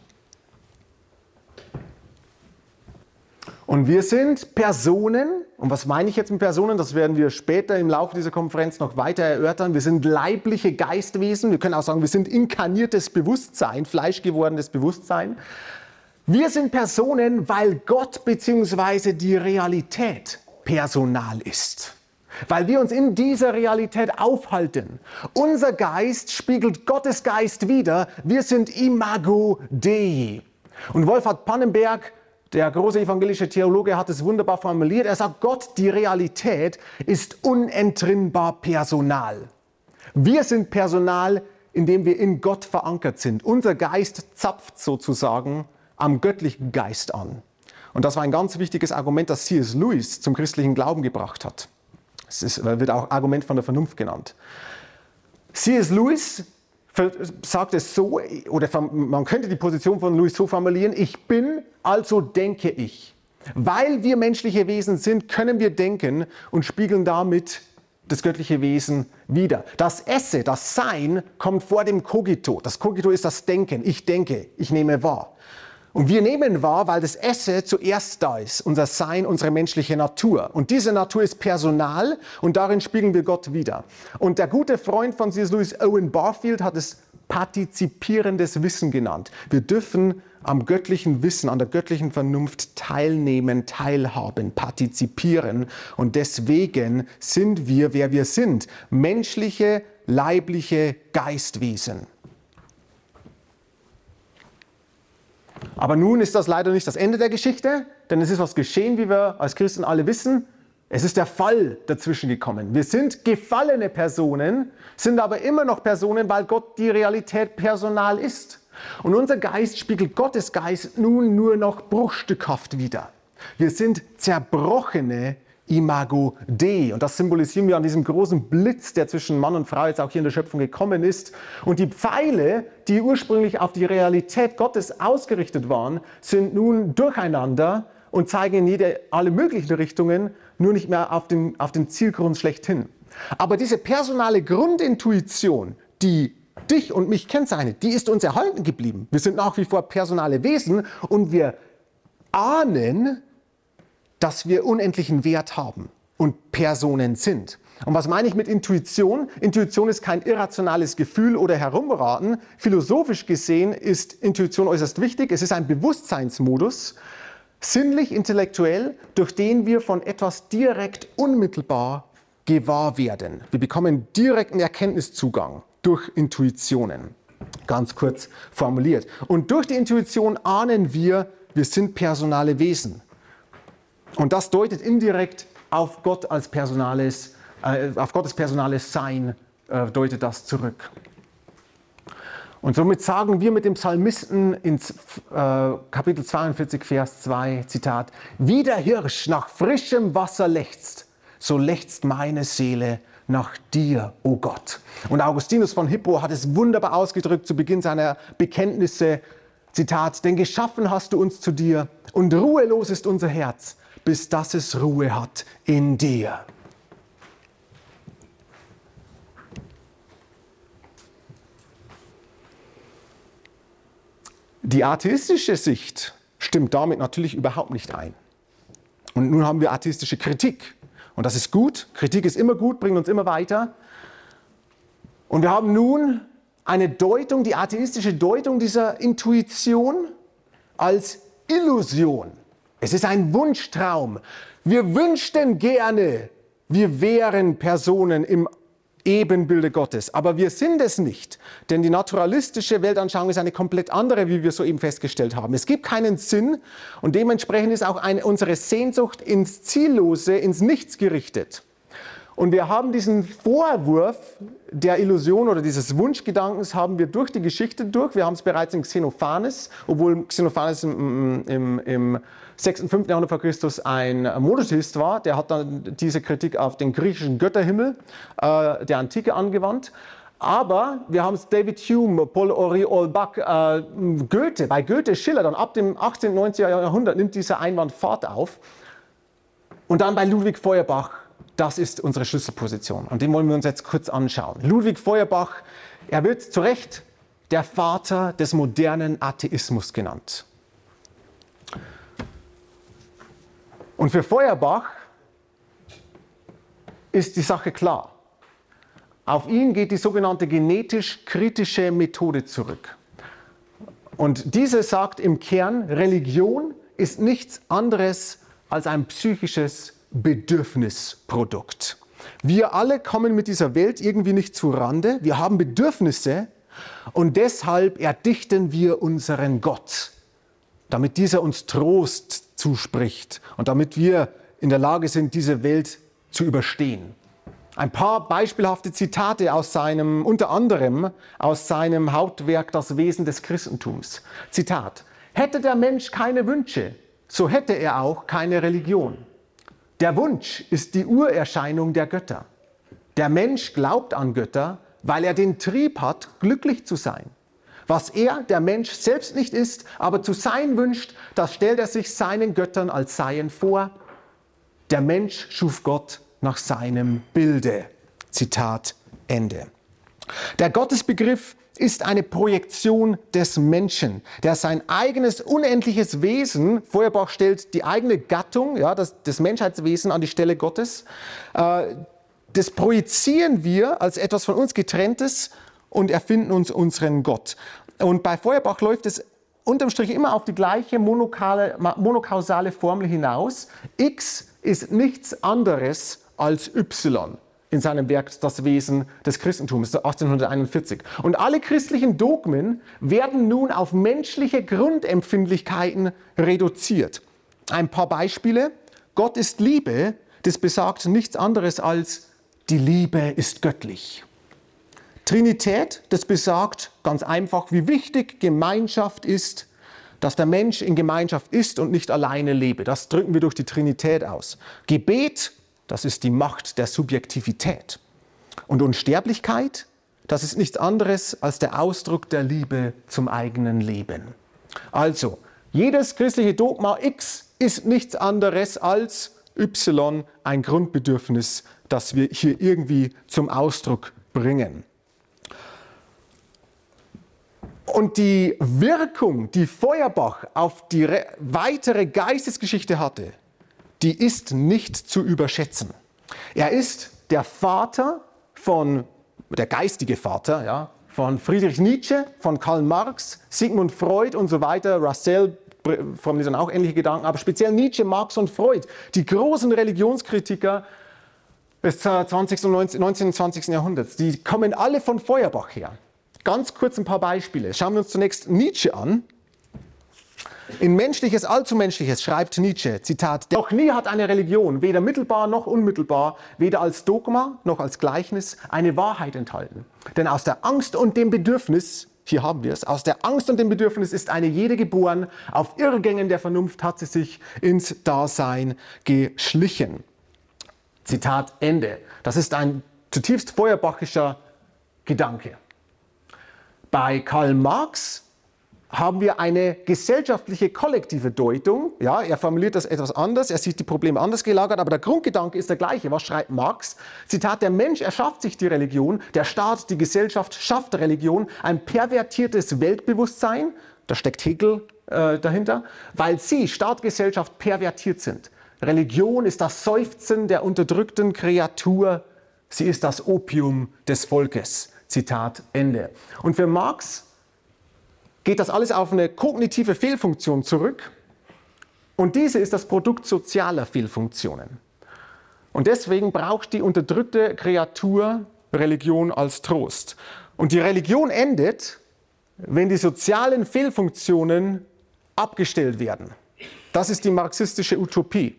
Speaker 1: Und wir sind Personen, und was meine ich jetzt mit Personen, das werden wir später im Laufe dieser Konferenz noch weiter erörtern. Wir sind leibliche Geistwesen, wir können auch sagen, wir sind inkarniertes Bewusstsein, fleischgewordenes Bewusstsein. Wir sind Personen, weil Gott bzw. die Realität personal ist. Weil wir uns in dieser Realität aufhalten. Unser Geist spiegelt Gottes Geist wider, wir sind Imago Dei. Und Wolfhard Pannenberg, der große evangelische Theologe, hat es wunderbar formuliert. Er sagt, Gott, die Realität, ist unentrinnbar personal. Wir sind personal, indem wir in Gott verankert sind. Unser Geist zapft sozusagen am göttlichen Geist an. Und das war ein ganz wichtiges Argument, das C S Lewis zum christlichen Glauben gebracht hat. Es ist, wird auch Argument von der Vernunft genannt. C S Lewis sagt es so, oder man könnte die Position von Lewis so formulieren, ich bin, also denke ich. Weil wir menschliche Wesen sind, können wir denken und spiegeln damit das göttliche Wesen wider. Das Esse, das Sein, kommt vor dem Cogito. Das Cogito ist das Denken. Ich denke, ich nehme wahr. Und wir nehmen wahr, weil das Esse zuerst da ist, unser Sein, unsere menschliche Natur. Und diese Natur ist personal und darin spiegeln wir Gott wider. Und der gute Freund von C S Lewis, Owen Barfield, hat es partizipierendes Wissen genannt. Wir dürfen am göttlichen Wissen, an der göttlichen Vernunft teilnehmen, teilhaben, partizipieren. Und deswegen sind wir, wer wir sind. Menschliche, leibliche Geistwesen. Aber nun ist das leider nicht das Ende der Geschichte, denn es ist was geschehen, wie wir als Christen alle wissen. Es ist der Fall dazwischen gekommen. Wir sind gefallene Personen, sind aber immer noch Personen, weil Gott die Realität personal ist. Und unser Geist spiegelt Gottes Geist nun nur noch bruchstückhaft wider. Wir sind zerbrochene Imago Dei. Und das symbolisieren wir an diesem großen Blitz, der zwischen Mann und Frau jetzt auch hier in der Schöpfung gekommen ist. Und die Pfeile, die ursprünglich auf die Realität Gottes ausgerichtet waren, sind nun durcheinander und zeigen in jede, alle möglichen Richtungen, nur nicht mehr auf den, auf den Zielgrund schlechthin. Aber diese personale Grundintuition, die dich und mich kennzeichnet, die ist uns erhalten geblieben. Wir sind nach wie vor personale Wesen und wir ahnen, dass wir unendlichen Wert haben und Personen sind. Und was meine ich mit Intuition? Intuition ist kein irrationales Gefühl oder Herumraten. Philosophisch gesehen ist Intuition äußerst wichtig. Es ist ein Bewusstseinsmodus, sinnlich, intellektuell, durch den wir von etwas direkt unmittelbar gewahr werden. Wir bekommen direkten Erkenntniszugang durch Intuitionen, ganz kurz formuliert. Und durch die Intuition ahnen wir, wir sind personale Wesen. Und das deutet indirekt auf Gott als personales, äh, auf Gottes personales Sein, äh, deutet das zurück. Und somit sagen wir mit dem Psalmisten in äh, Kapitel zweiundvierzig, Vers zwei, Zitat, wie der Hirsch nach frischem Wasser lechzt, so lechzt meine Seele nach dir, o Gott. Und Augustinus von Hippo hat es wunderbar ausgedrückt zu Beginn seiner Bekenntnisse, Zitat, denn geschaffen hast du uns zu dir und ruhelos ist unser Herz, bis dass es Ruhe hat in dir. Die atheistische Sicht stimmt damit natürlich überhaupt nicht ein. Und nun haben wir atheistische Kritik. Und das ist gut. Kritik ist immer gut, bringt uns immer weiter. Und wir haben nun eine Deutung, die atheistische Deutung dieser Intuition als Illusion. Es ist ein Wunschtraum. Wir wünschten gerne, wir wären Personen im Ebenbilder Gottes. Aber wir sind es nicht, denn die naturalistische Weltanschauung ist eine komplett andere, wie wir soeben festgestellt haben. Es gibt keinen Sinn und dementsprechend ist auch eine, unsere Sehnsucht ins Ziellose, ins Nichts gerichtet. Und wir haben diesen Vorwurf der Illusion oder dieses Wunschgedankens haben wir durch die Geschichte durch. Wir haben es bereits in Xenophanes, obwohl Xenophanes im, im, im sechsten, fünften Jahrhundert vor Christus ein Monotheist war. Der hat dann diese Kritik auf den griechischen Götterhimmel äh, der Antike angewandt. Aber wir haben es David Hume, Paul-Henri Holbach, äh, Goethe, bei Goethe, Schiller, dann ab dem achtzehnten, neunzehnten Jahrhundert nimmt dieser Einwand Fahrt auf. Und dann bei Ludwig Feuerbach. Das ist unsere Schlüsselposition und den wollen wir uns jetzt kurz anschauen. Ludwig Feuerbach, er wird zu Recht der Vater des modernen Atheismus genannt. Und für Feuerbach ist die Sache klar. Auf ihn geht die sogenannte genetisch-kritische Methode zurück. Und diese sagt im Kern, Religion ist nichts anderes als ein psychisches Bedürfnisprodukt. Wir alle kommen mit dieser Welt irgendwie nicht zu Rande. Wir haben Bedürfnisse und deshalb erdichten wir unseren Gott, damit dieser uns Trost zuspricht und damit wir in der Lage sind, diese Welt zu überstehen. Ein paar beispielhafte Zitate aus seinem, unter anderem aus seinem Hauptwerk Das Wesen des Christentums. Zitat: Hätte der Mensch keine Wünsche, so hätte er auch keine Religion. Der Wunsch ist die Urerscheinung der Götter. Der Mensch glaubt an Götter, weil er den Trieb hat, glücklich zu sein. Was er, der Mensch, selbst nicht ist, aber zu sein wünscht, das stellt er sich seinen Göttern als Seien vor. Der Mensch schuf Gott nach seinem Bilde. Zitat Ende. Der Gottesbegriff ist eine Projektion des Menschen, der sein eigenes unendliches Wesen, Feuerbach stellt die eigene Gattung, ja, das, das Menschheitswesen an die Stelle Gottes, äh, das projizieren wir als etwas von uns Getrenntes und erfinden uns unseren Gott. Und bei Feuerbach läuft es unterm Strich immer auf die gleiche monokale, monokausale Formel hinaus. X ist nichts anderes als Y. In seinem Werk Das Wesen des Christentums, achtzehnhunderteinundvierzig. Und alle christlichen Dogmen werden nun auf menschliche Grundempfindlichkeiten reduziert. Ein paar Beispiele. Gott ist Liebe, das besagt nichts anderes als die Liebe ist göttlich. Trinität, das besagt ganz einfach, wie wichtig Gemeinschaft ist, dass der Mensch in Gemeinschaft ist und nicht alleine lebe. Das drücken wir durch die Trinität aus. Gebet, das ist die Macht der Subjektivität. Und Unsterblichkeit, das ist nichts anderes als der Ausdruck der Liebe zum eigenen Leben. Also, jedes christliche Dogma X ist nichts anderes als Y, ein Grundbedürfnis, das wir hier irgendwie zum Ausdruck bringen. Und die Wirkung, die Feuerbach auf die weitere Geistesgeschichte hatte, die ist nicht zu überschätzen. Er ist der Vater von, der geistige Vater, ja, von Friedrich Nietzsche, von Karl Marx, Sigmund Freud und so weiter. Russell formuliert dann auch ähnliche Gedanken, aber speziell Nietzsche, Marx und Freud, die großen Religionskritiker des zwanzigsten und neunzehnten und zwanzigsten Jahrhunderts, die kommen alle von Feuerbach her. Ganz kurz ein paar Beispiele. Schauen wir uns zunächst Nietzsche an. In Menschliches, Allzumenschliches schreibt Nietzsche, Zitat, noch nie hat eine Religion, weder mittelbar noch unmittelbar, weder als Dogma noch als Gleichnis, eine Wahrheit enthalten. Denn aus der Angst und dem Bedürfnis, hier haben wir es, aus der Angst und dem Bedürfnis ist eine jede geboren, auf Irrgängen der Vernunft hat sie sich ins Dasein geschlichen. Zitat Ende. Das ist ein zutiefst feuerbachischer Gedanke. Bei Karl Marx haben wir eine gesellschaftliche kollektive Deutung. Ja, er formuliert das etwas anders, er sieht die Probleme anders gelagert, aber der Grundgedanke ist der gleiche. Was schreibt Marx? Zitat, der Mensch erschafft sich die Religion, der Staat, die Gesellschaft schafft Religion, ein pervertiertes Weltbewusstsein, da steckt Hegel äh, dahinter, weil sie, Staat, Gesellschaft, pervertiert sind. Religion ist das Seufzen der unterdrückten Kreatur, sie ist das Opium des Volkes. Zitat Ende. Und für Marx geht das alles auf eine kognitive Fehlfunktion zurück und diese ist das Produkt sozialer Fehlfunktionen. Und deswegen braucht die unterdrückte Kreatur Religion als Trost. Und die Religion endet, wenn die sozialen Fehlfunktionen abgestellt werden. Das ist die marxistische Utopie.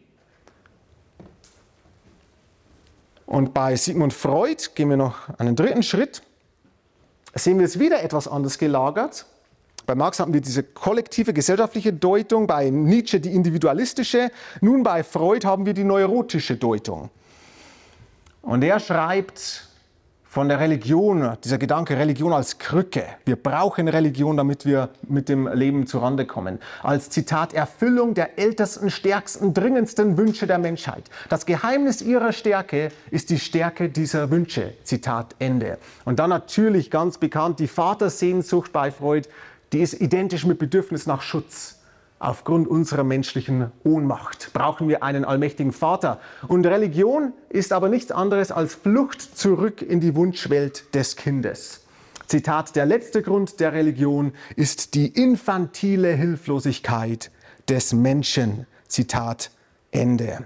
Speaker 1: Und bei Sigmund Freud gehen wir noch einen dritten Schritt. Sehen wir es wieder etwas anders gelagert. Bei Marx hatten wir diese kollektive gesellschaftliche Deutung, bei Nietzsche die individualistische. Nun bei Freud haben wir die neurotische Deutung. Und er schreibt von der Religion, dieser Gedanke Religion als Krücke. Wir brauchen Religion, damit wir mit dem Leben zurande kommen. Als Zitat, Erfüllung der ältesten, stärksten, dringendsten Wünsche der Menschheit. Das Geheimnis ihrer Stärke ist die Stärke dieser Wünsche. Zitat Ende. Und dann natürlich ganz bekannt die Vatersehnsucht bei Freud, die ist identisch mit Bedürfnis nach Schutz. Aufgrund unserer menschlichen Ohnmacht brauchen wir einen allmächtigen Vater. Und Religion ist aber nichts anderes als Flucht zurück in die Wunschwelt des Kindes. Zitat, der letzte Grund der Religion ist die infantile Hilflosigkeit des Menschen. Zitat Ende.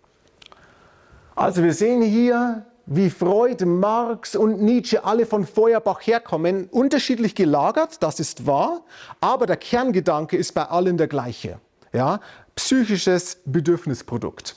Speaker 1: Also wir sehen hier, wie Freud, Marx und Nietzsche alle von Feuerbach herkommen, unterschiedlich gelagert, das ist wahr, aber der Kerngedanke ist bei allen der gleiche. Ja? Psychisches Bedürfnisprodukt.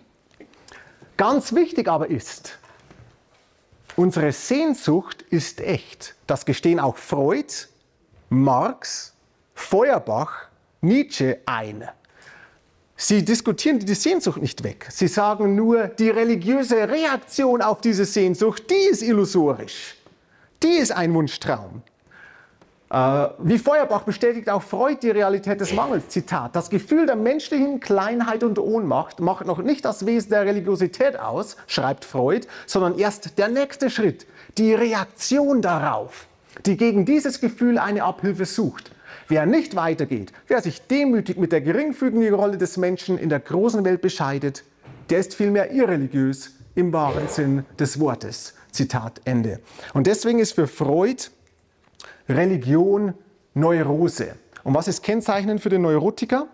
Speaker 1: Ganz wichtig aber ist, unsere Sehnsucht ist echt. Das gestehen auch Freud, Marx, Feuerbach, Nietzsche ein. Sie diskutieren die Sehnsucht nicht weg. Sie sagen nur, die religiöse Reaktion auf diese Sehnsucht, die ist illusorisch. Die ist ein Wunschtraum. Äh, wie Feuerbach bestätigt auch Freud die Realität des Mangels. Zitat, das Gefühl der menschlichen Kleinheit und Ohnmacht macht noch nicht das Wesen der Religiosität aus, schreibt Freud, sondern erst der nächste Schritt, die Reaktion darauf, die gegen dieses Gefühl eine Abhilfe sucht. Wer nicht weitergeht, wer sich demütig mit der geringfügigen Rolle des Menschen in der großen Welt bescheidet, der ist vielmehr irreligiös im wahren Sinn des Wortes. Zitat Ende. Und deswegen ist für Freud Religion Neurose. Und was ist kennzeichnend für den Neurotiker?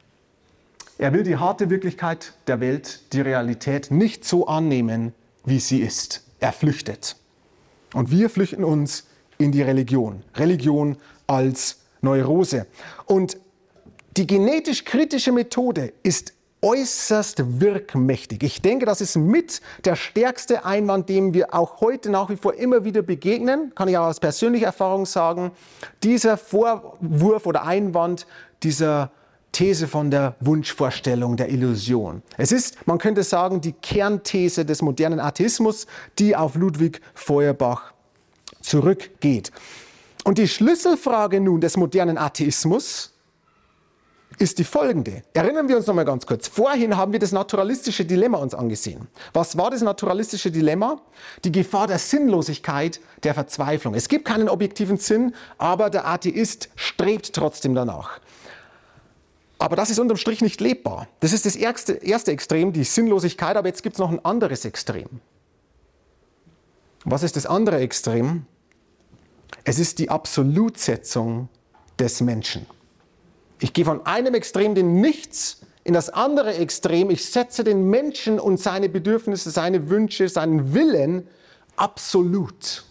Speaker 1: Er will die harte Wirklichkeit der Welt, die Realität, nicht so annehmen, wie sie ist. Er flüchtet. Und wir flüchten uns in die Religion. Religion als Neurose. Und die genetisch-kritische Methode ist äußerst wirkmächtig. Ich denke, das ist mit der stärkste Einwand, dem wir auch heute nach wie vor immer wieder begegnen. Kann ich auch aus persönlicher Erfahrung sagen. Dieser Vorwurf oder Einwand dieser These von der Wunschvorstellung, der Illusion. Es ist, man könnte sagen, die Kernthese des modernen Atheismus, die auf Ludwig Feuerbach zurückgeht. Und die Schlüsselfrage nun des modernen Atheismus ist die folgende. Erinnern wir uns noch mal ganz kurz. Vorhin haben wir das naturalistische Dilemma uns angesehen. Was war das naturalistische Dilemma? Die Gefahr der Sinnlosigkeit, der Verzweiflung. Es gibt keinen objektiven Sinn, aber der Atheist strebt trotzdem danach. Aber das ist unterm Strich nicht lebbar. Das ist das erste, erste Extrem, die Sinnlosigkeit, aber jetzt gibt es noch ein anderes Extrem. Was ist das andere Extrem? Es ist die Absolutsetzung des Menschen. Ich gehe von einem Extrem, dem Nichts, in das andere Extrem. Ich setze den Menschen und seine Bedürfnisse, seine Wünsche, seinen Willen absolut.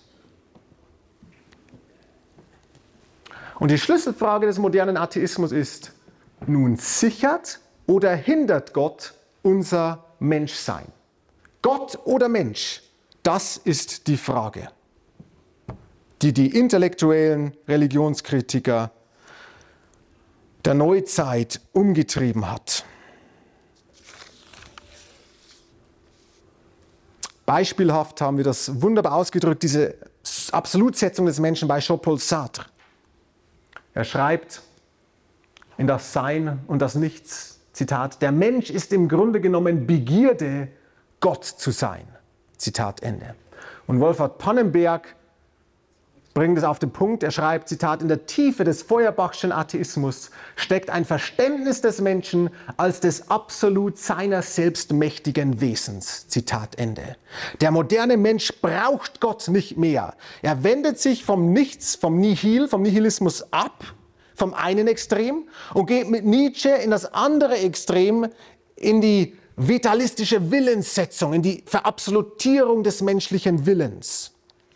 Speaker 1: Und die Schlüsselfrage des modernen Atheismus ist, nun sichert oder hindert Gott unser Menschsein? Gott oder Mensch? Das ist die Frage, die die intellektuellen Religionskritiker der Neuzeit umgetrieben hat. Beispielhaft haben wir das wunderbar ausgedrückt, diese Absolutsetzung des Menschen bei Jean-Paul Sartre. Er schreibt in Das Sein und das Nichts, Zitat, der Mensch ist im Grunde genommen Begierde, Gott zu sein. Zitat Ende. Und Wolfhard Pannenberg bringt es auf den Punkt, er schreibt, Zitat, in der Tiefe des Feuerbachschen Atheismus steckt ein Verständnis des Menschen als des absolut seiner selbstmächtigen Wesens. Zitat Ende. Der moderne Mensch braucht Gott nicht mehr. Er wendet sich vom Nichts, vom Nihil, vom Nihilismus ab, vom einen Extrem und geht mit Nietzsche in das andere Extrem, in die vitalistische Willenssetzung, in die Verabsolutierung des menschlichen Willens.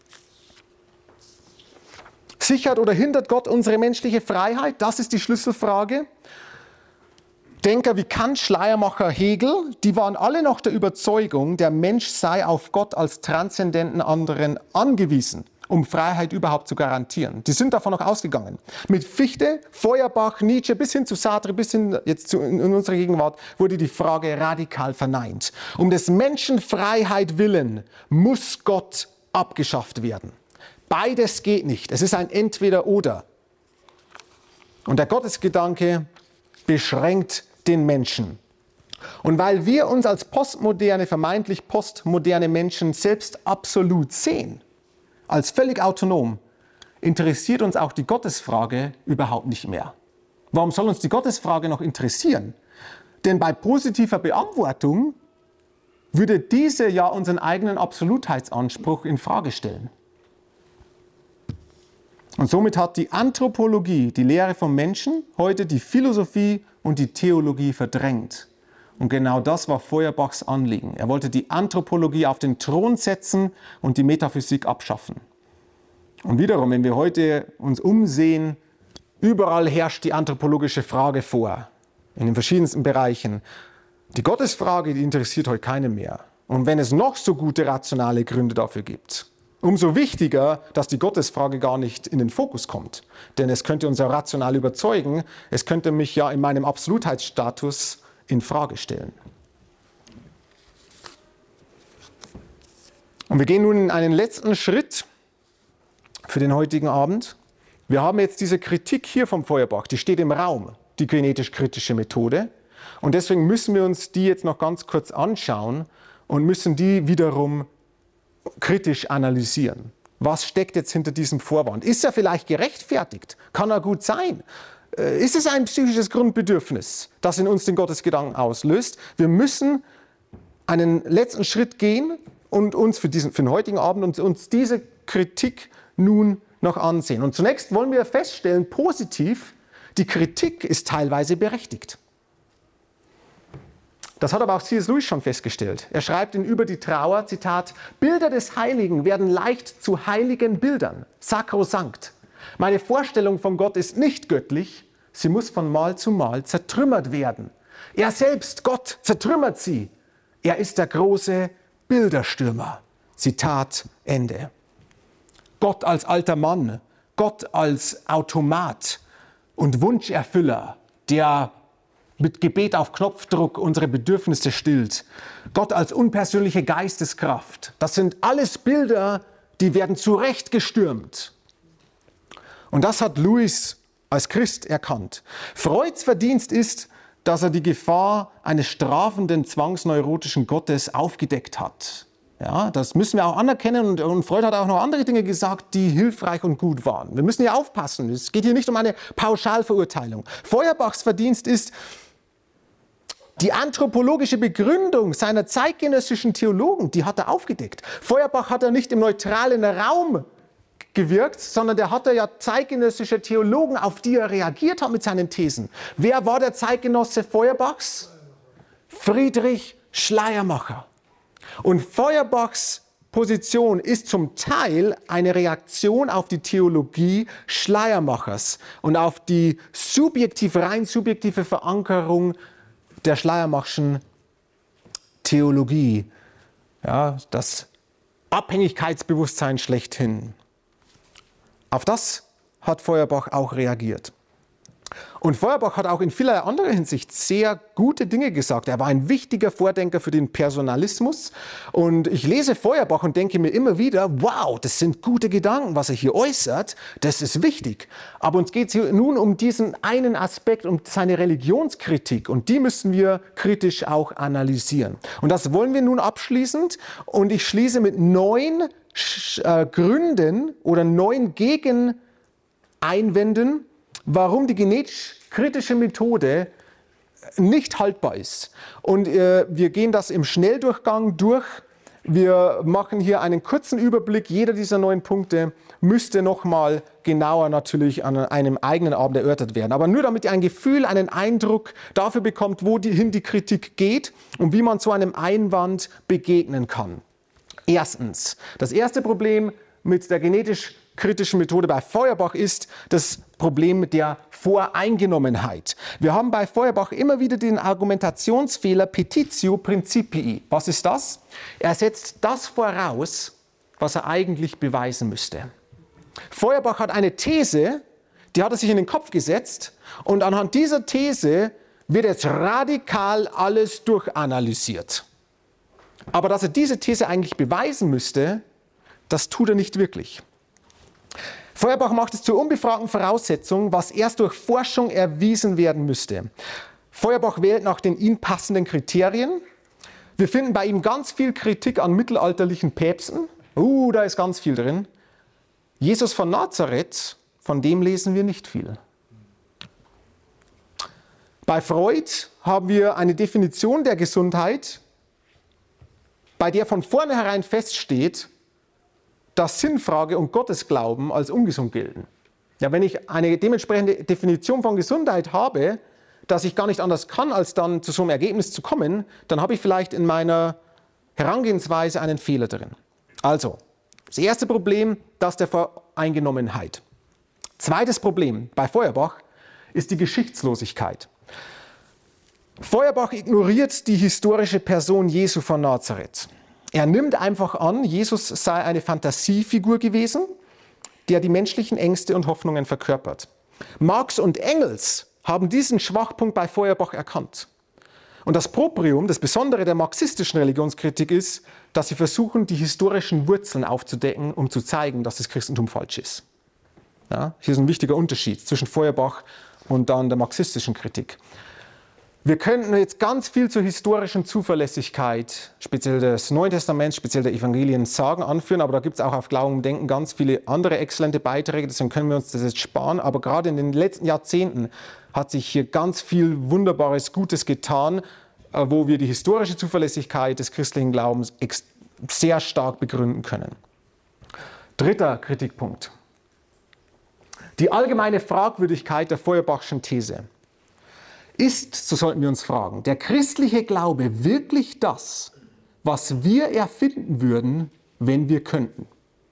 Speaker 1: Sichert oder hindert Gott unsere menschliche Freiheit? Das ist die Schlüsselfrage. Denker wie Kant, Schleiermacher, Hegel, die waren alle noch der Überzeugung, der Mensch sei auf Gott als transzendenten anderen angewiesen, um Freiheit überhaupt zu garantieren. Die sind davon noch ausgegangen. Mit Fichte, Feuerbach, Nietzsche bis hin zu Sartre, bis hin jetzt zu, in unserer Gegenwart, wurde die Frage radikal verneint. Um des Menschen Freiheit willen muss Gott abgeschafft werden. Beides geht nicht. Es ist ein Entweder-Oder. Und der Gottesgedanke beschränkt den Menschen. Und weil wir uns als postmoderne, vermeintlich postmoderne Menschen selbst absolut sehen, als völlig autonom, interessiert uns auch die Gottesfrage überhaupt nicht mehr. Warum soll uns die Gottesfrage noch interessieren? Denn bei positiver Beantwortung würde diese ja unseren eigenen Absolutheitsanspruch in Frage stellen. Und somit hat die Anthropologie, die Lehre vom Menschen, heute die Philosophie und die Theologie verdrängt. Und genau das war Feuerbachs Anliegen. Er wollte die Anthropologie auf den Thron setzen und die Metaphysik abschaffen. Und wiederum, wenn wir heute uns umsehen, überall herrscht die anthropologische Frage vor, in den verschiedensten Bereichen. Die Gottesfrage, die interessiert heute keinen mehr. Und wenn es noch so gute rationale Gründe dafür gibt, umso wichtiger, dass die Gottesfrage gar nicht in den Fokus kommt. Denn es könnte uns ja rational überzeugen, es könnte mich ja in meinem Absolutheitsstatus in Frage stellen. Und wir gehen nun in einen letzten Schritt für den heutigen Abend. Wir haben jetzt diese Kritik hier vom Feuerbach, die steht im Raum, die genetisch-kritische Methode. Und deswegen müssen wir uns die jetzt noch ganz kurz anschauen und müssen die wiederum kritisch analysieren. Was steckt jetzt hinter diesem Vorwand? Ist er vielleicht gerechtfertigt? Kann er gut sein? Ist es ein psychisches Grundbedürfnis, das in uns den Gottesgedanken auslöst? Wir müssen einen letzten Schritt gehen und uns für, diesen, für den heutigen Abend und uns diese Kritik nun noch ansehen. Und zunächst wollen wir feststellen, positiv, die Kritik ist teilweise berechtigt. Das hat aber auch C S Lewis schon festgestellt. Er schreibt in Über die Trauer, Zitat, Bilder des Heiligen werden leicht zu heiligen Bildern, sakrosankt. Meine Vorstellung von Gott ist nicht göttlich, sie muss von Mal zu Mal zertrümmert werden. Er selbst, Gott, zertrümmert sie. Er ist der große Bilderstürmer. Zitat Ende. Gott als alter Mann, Gott als Automat und Wunscherfüller, der mit Gebet auf Knopfdruck unsere Bedürfnisse stillt. Gott als unpersönliche Geisteskraft. Das sind alles Bilder, die werden zurechtgestürmt. Und das hat Lewis als Christ erkannt. Freuds Verdienst ist, dass er die Gefahr eines strafenden, zwangsneurotischen Gottes aufgedeckt hat. Ja, das müssen wir auch anerkennen und, und Freud hat auch noch andere Dinge gesagt, die hilfreich und gut waren. Wir müssen hier aufpassen. Es geht hier nicht um eine Pauschalverurteilung. Feuerbachs Verdienst ist, die anthropologische Begründung seiner zeitgenössischen Theologen, die hat er aufgedeckt. Feuerbach hat er nicht im neutralen Raum gewirkt, sondern der hatte ja zeitgenössische Theologen, auf die er reagiert hat mit seinen Thesen. Wer war der Zeitgenosse Feuerbachs? Friedrich Schleiermacher. Und Feuerbachs Position ist zum Teil eine Reaktion auf die Theologie Schleiermachers und auf die subjektiv, rein subjektive Verankerung der Schleiermachschen Theologie. Ja, das Abhängigkeitsbewusstsein schlechthin. Auf das hat Feuerbach auch reagiert. Und Feuerbach hat auch in vielerlei anderer Hinsicht sehr gute Dinge gesagt. Er war ein wichtiger Vordenker für den Personalismus. Und ich lese Feuerbach und denke mir immer wieder, wow, das sind gute Gedanken, was er hier äußert. Das ist wichtig. Aber uns geht es nun um diesen einen Aspekt, um seine Religionskritik. Und die müssen wir kritisch auch analysieren. Und das wollen wir nun abschließend. Und ich schließe mit neun äh, Gründen oder neun Gegeneinwänden, warum die genetisch-kritische Methode nicht haltbar ist. Und äh, wir gehen das im Schnelldurchgang durch. wir machen hier einen kurzen Überblick. Jeder dieser neun Punkte müsste nochmal genauer natürlich an einem eigenen Abend erörtert werden. Aber nur damit ihr ein Gefühl, einen Eindruck dafür bekommt, wohin die Kritik geht und wie man so einem Einwand begegnen kann. Erstens, das erste Problem mit der genetisch-kritischen Methode bei Feuerbach ist das Problem der Voreingenommenheit. Wir haben bei Feuerbach immer wieder den Argumentationsfehler Petitio Principii. Was ist das? Er setzt das voraus, was er eigentlich beweisen müsste. Feuerbach hat eine These, die hat er sich in den Kopf gesetzt und anhand dieser These wird jetzt radikal alles durchanalysiert. Aber dass er diese These eigentlich beweisen müsste, das tut er nicht wirklich. Feuerbach macht es zur unbefragten Voraussetzung, was erst durch Forschung erwiesen werden müsste. Feuerbach wählt nach den ihm passenden Kriterien. Wir finden bei ihm ganz viel Kritik an mittelalterlichen Päpsten. Uh, da ist ganz viel drin. Jesus von Nazareth, von dem lesen wir nicht viel. Bei Freud haben wir eine Definition der Gesundheit, bei der von vornherein feststeht, dass Sinnfrage und Gottesglauben als ungesund gelten. Ja, wenn ich eine dementsprechende Definition von Gesundheit habe, dass ich gar nicht anders kann, als dann zu so einem Ergebnis zu kommen, dann habe ich vielleicht in meiner Herangehensweise einen Fehler drin. Also, das erste Problem, das der Voreingenommenheit. Zweites Problem bei Feuerbach ist die Geschichtslosigkeit. Feuerbach ignoriert die historische Person Jesu von Nazareth. Er nimmt einfach an, Jesus sei eine Fantasiefigur gewesen, der die menschlichen Ängste und Hoffnungen verkörpert. Marx und Engels haben diesen Schwachpunkt bei Feuerbach erkannt. Und das Proprium, das Besondere der marxistischen Religionskritik ist, dass sie versuchen, die historischen Wurzeln aufzudecken, um zu zeigen, dass das Christentum falsch ist. Ja, hier ist ein wichtiger Unterschied zwischen Feuerbach und dann der marxistischen Kritik. Wir könnten jetzt ganz viel zur historischen Zuverlässigkeit, speziell des Neuen Testaments, speziell der Evangelien, sagen, anführen, aber da gibt es auch auf Glauben und Denken ganz viele andere exzellente Beiträge, deswegen können wir uns das jetzt sparen. Aber gerade in den letzten Jahrzehnten hat sich hier ganz viel Wunderbares, Gutes getan, wo wir die historische Zuverlässigkeit des christlichen Glaubens sehr stark begründen können. Dritter Kritikpunkt. Die allgemeine Fragwürdigkeit der Feuerbachschen These. Ist, so sollten wir uns fragen, der christliche Glaube wirklich das, was wir erfinden würden, wenn wir könnten?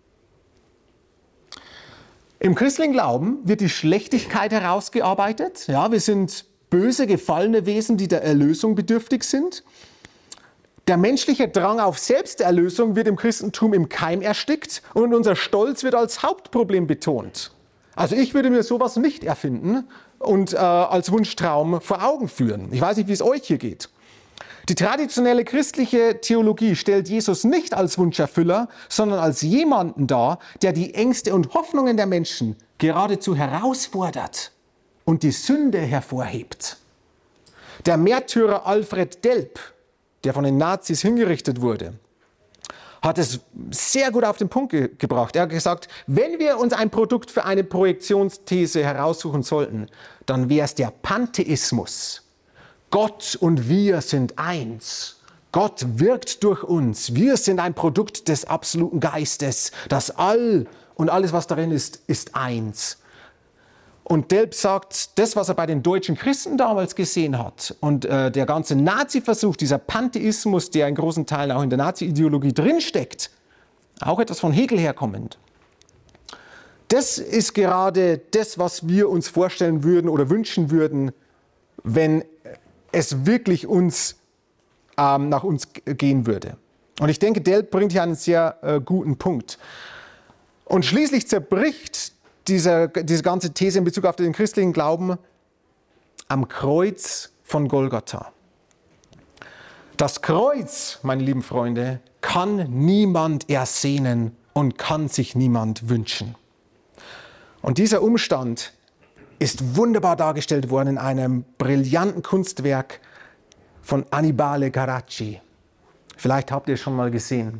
Speaker 1: Im christlichen Glauben wird die Schlechtigkeit herausgearbeitet. Ja, wir sind böse, gefallene Wesen, die der Erlösung bedürftig sind. Der menschliche Drang auf Selbsterlösung wird im Christentum im Keim erstickt und unser Stolz wird als Hauptproblem betont. Also ich würde mir sowas nicht erfinden und äh, als Wunschtraum vor Augen führen. Ich weiß nicht, wie es euch hier geht. Die traditionelle christliche Theologie stellt Jesus nicht als Wunscherfüller, sondern als jemanden dar, der die Ängste und Hoffnungen der Menschen geradezu herausfordert und die Sünde hervorhebt. Der Märtyrer Alfred Delp, der von den Nazis hingerichtet wurde, hat es sehr gut auf den Punkt ge- gebracht. Er hat gesagt, wenn wir uns ein Produkt für eine Projektionsthese heraussuchen sollten, dann wäre es der Pantheismus. Gott und wir sind eins. Gott wirkt durch uns. Wir sind ein Produkt des absoluten Geistes. Das All und alles, was darin ist, ist eins. Und Delp sagt, das, was er bei den deutschen Christen damals gesehen hat und äh, der ganze Nazi-Versuch, dieser Pantheismus, der in großen Teilen auch in der Nazi-Ideologie drinsteckt, auch etwas von Hegel herkommend, das ist gerade das, was wir uns vorstellen würden oder wünschen würden, wenn es wirklich uns, ähm, nach uns gehen würde. Und ich denke, Delp bringt hier einen sehr äh, guten Punkt. Und schließlich zerbricht Diese, diese ganze These in Bezug auf den christlichen Glauben am Kreuz von Golgatha. Das Kreuz, meine lieben Freunde, kann niemand ersehnen und kann sich niemand wünschen. Und dieser Umstand ist wunderbar dargestellt worden in einem brillanten Kunstwerk von Annibale Carracci. Vielleicht habt ihr es schon mal gesehen.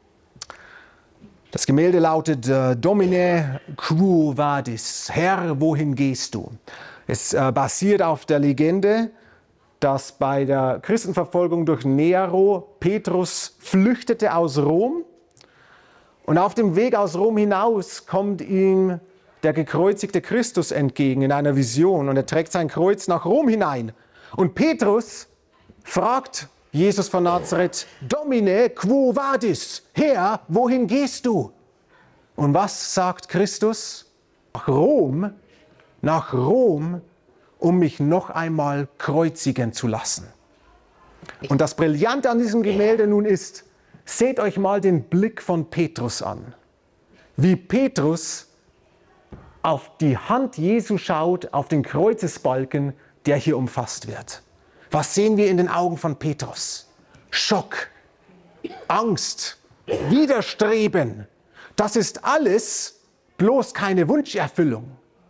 Speaker 1: Das Gemälde lautet äh, Domine, quo vadis? Herr, wohin gehst du? Es äh, basiert auf der Legende, dass bei der Christenverfolgung durch Nero Petrus flüchtete aus Rom. Und auf dem Weg aus Rom hinaus kommt ihm der gekreuzigte Christus entgegen in einer Vision. Und er trägt sein Kreuz nach Rom hinein. Und Petrus fragt Jesus von Nazareth: Domine, quo vadis? Herr, wohin gehst du? Und was sagt Christus? Nach Rom, nach Rom, um mich noch einmal kreuzigen zu lassen. Und das Brillante an diesem Gemälde nun ist, seht euch mal den Blick von Petrus an. Wie Petrus auf die Hand Jesu schaut, auf den Kreuzesbalken, der hier umfasst wird. Was sehen wir in den Augen von Petrus? Schock, Angst, Widerstreben. Das ist alles bloß keine Wunscherfüllung.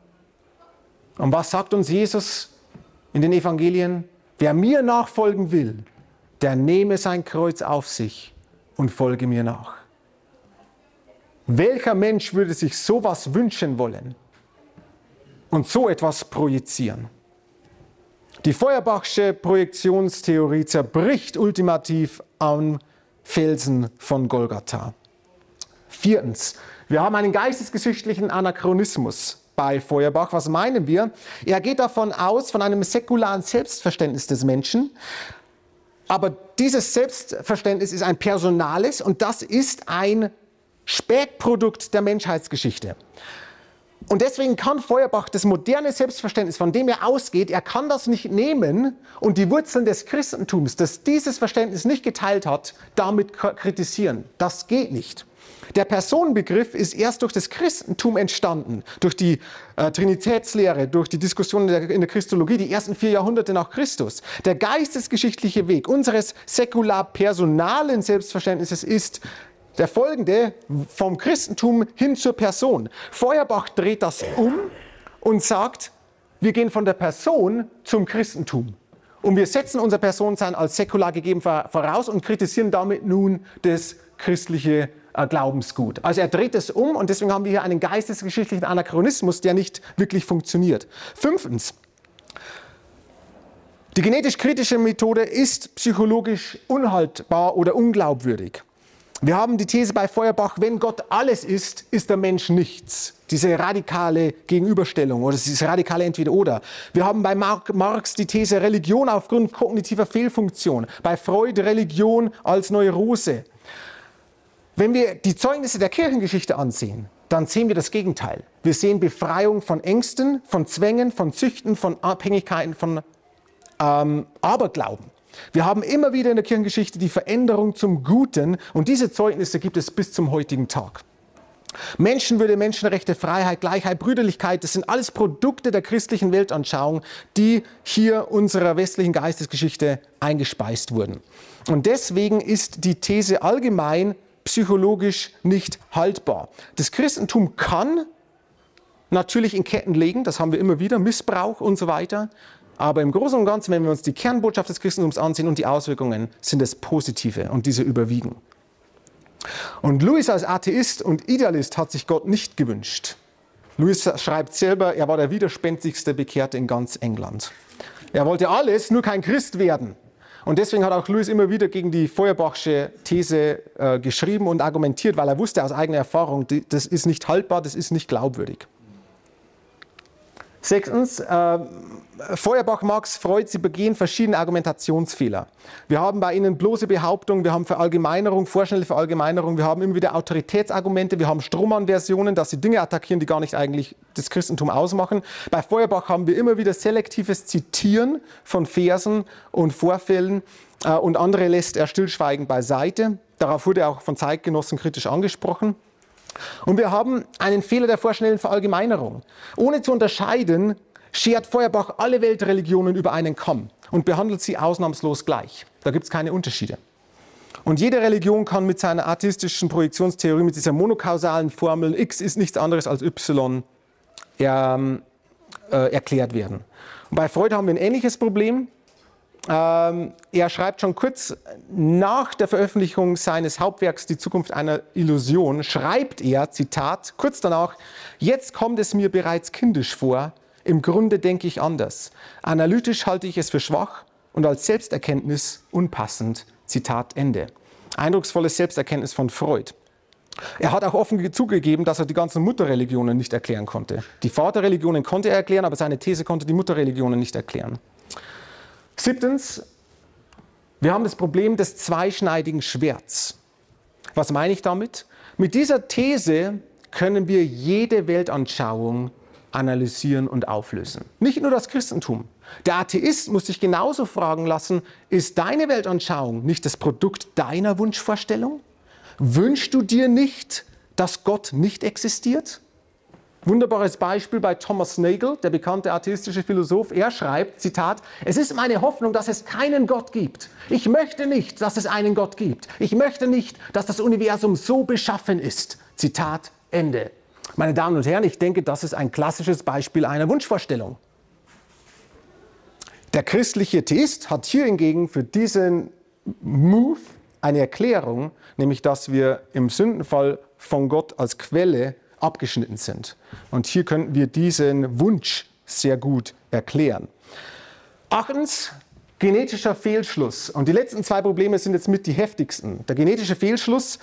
Speaker 1: Und was sagt uns Jesus in den Evangelien? Wer mir nachfolgen will, der nehme sein Kreuz auf sich und folge mir nach. Welcher Mensch würde sich sowas wünschen wollen und so etwas projizieren? Die Feuerbachsche Projektionstheorie zerbricht ultimativ am Felsen von Golgatha. Viertens, wir haben einen geistesgeschichtlichen Anachronismus bei Feuerbach. Was meinen wir? Er geht davon aus, von einem säkularen Selbstverständnis des Menschen. Aber dieses Selbstverständnis ist ein personales und das ist ein Spätprodukt der Menschheitsgeschichte. Und deswegen kann Feuerbach das moderne Selbstverständnis, von dem er ausgeht, er kann das nicht nehmen und die Wurzeln des Christentums, das dieses Verständnis nicht geteilt hat, damit kritisieren. Das geht nicht. Der Personenbegriff ist erst durch das Christentum entstanden, durch die äh, Trinitätslehre, durch die Diskussionen in der, in der Christologie, die ersten vier Jahrhunderte nach Christus. Der geistesgeschichtliche Weg unseres säkular-personalen Selbstverständnisses ist der folgende: vom Christentum hin zur Person. Feuerbach dreht das um und sagt, wir gehen von der Person zum Christentum. Und wir setzen unser Personensein als säkular gegeben voraus und kritisieren damit nun das christliche Glaubensgut. Also er dreht es um und deswegen haben wir hier einen geistesgeschichtlichen Anachronismus, der nicht wirklich funktioniert. Fünftens, die genetisch-kritische Methode ist psychologisch unhaltbar oder unglaubwürdig. Wir haben die These bei Feuerbach, wenn Gott alles ist, ist der Mensch nichts. Diese radikale Gegenüberstellung oder dieses radikale Entweder-Oder. Wir haben bei Marx die These Religion aufgrund kognitiver Fehlfunktion. Bei Freud Religion als Neurose. Wenn wir die Zeugnisse der Kirchengeschichte ansehen, dann sehen wir das Gegenteil. Wir sehen Befreiung von Ängsten, von Zwängen, von Süchten, von Abhängigkeiten, von ähm, Aberglauben. Wir haben immer wieder in der Kirchengeschichte die Veränderung zum Guten und diese Zeugnisse gibt es bis zum heutigen Tag. Menschenwürde, Menschenrechte, Freiheit, Gleichheit, Brüderlichkeit, das sind alles Produkte der christlichen Weltanschauung, die hier unserer westlichen Geistesgeschichte eingespeist wurden. Und deswegen ist die These allgemein psychologisch nicht haltbar. Das Christentum kann natürlich in Ketten legen, das haben wir immer wieder, Missbrauch und so weiter. Aber im Großen und Ganzen, wenn wir uns die Kernbotschaft des Christentums ansehen und die Auswirkungen, sind es positive und diese überwiegen. Und Lewis als Atheist und Idealist hat sich Gott nicht gewünscht. Lewis schreibt selber, er war der widerspenstigste Bekehrte in ganz England. Er wollte alles, nur kein Christ werden. Und deswegen hat auch Lewis immer wieder gegen die Feuerbachsche These äh, geschrieben und argumentiert, weil er wusste aus eigener Erfahrung, die, das ist nicht haltbar, das ist nicht glaubwürdig. Sechstens, äh, Feuerbach, Marx, Freud, sie begehen verschiedene Argumentationsfehler. Wir haben bei ihnen bloße Behauptungen, wir haben Verallgemeinerung, vorschnelle Verallgemeinerung, wir haben immer wieder Autoritätsargumente, wir haben Strohmann-Versionen, dass sie Dinge attackieren, die gar nicht eigentlich das Christentum ausmachen. Bei Feuerbach haben wir immer wieder selektives Zitieren von Versen und Vorfällen äh, und andere lässt er stillschweigend beiseite. Darauf wurde er auch von Zeitgenossen kritisch angesprochen. Und wir haben einen Fehler der vorschnellen Verallgemeinerung. Ohne zu unterscheiden, schert Feuerbach alle Weltreligionen über einen Kamm und behandelt sie ausnahmslos gleich. Da gibt es keine Unterschiede. Und jede Religion kann mit seiner atheistischen Projektionstheorie, mit dieser monokausalen Formel X ist nichts anderes als Y, er, äh, erklärt werden. Und bei Freud haben wir ein ähnliches Problem. Ähm, er schreibt schon kurz nach der Veröffentlichung seines Hauptwerks Die Zukunft einer Illusion, schreibt er, Zitat, kurz danach, jetzt kommt es mir bereits kindisch vor, im Grunde denke ich anders. Analytisch halte ich es für schwach, und als Selbsterkenntnis unpassend. Zitat Ende. Eindrucksvolles Selbsterkenntnis von Freud. Er hat auch offen zugegeben, dass er die ganzen Mutterreligionen nicht erklären konnte. Die Vaterreligionen konnte er erklären, aber seine These konnte die Mutterreligionen nicht erklären. Siebtens, wir haben das Problem des zweischneidigen Schwerts. Was meine ich damit? Mit dieser These können wir jede Weltanschauung analysieren und auflösen. Nicht nur das Christentum. Der Atheist muss sich genauso fragen lassen, ist deine Weltanschauung nicht das Produkt deiner Wunschvorstellung? Wünschst du dir nicht, dass Gott nicht existiert? Wunderbares Beispiel bei Thomas Nagel, der bekannte atheistische Philosoph. Er schreibt, Zitat, es ist meine Hoffnung, dass es keinen Gott gibt. Ich möchte nicht, dass es einen Gott gibt. Ich möchte nicht, dass das Universum so beschaffen ist. Zitat Ende. Meine Damen und Herren, ich denke, das ist ein klassisches Beispiel einer Wunschvorstellung. Der christliche Theist hat hier hingegen für diesen Move eine Erklärung, nämlich dass wir im Sündenfall von Gott als Quelle abgeschnitten sind. Und hier könnten wir diesen Wunsch sehr gut erklären. Achtens, genetischer Fehlschluss. Und die letzten zwei Probleme sind jetzt mit die heftigsten. Der genetische Fehlschluss,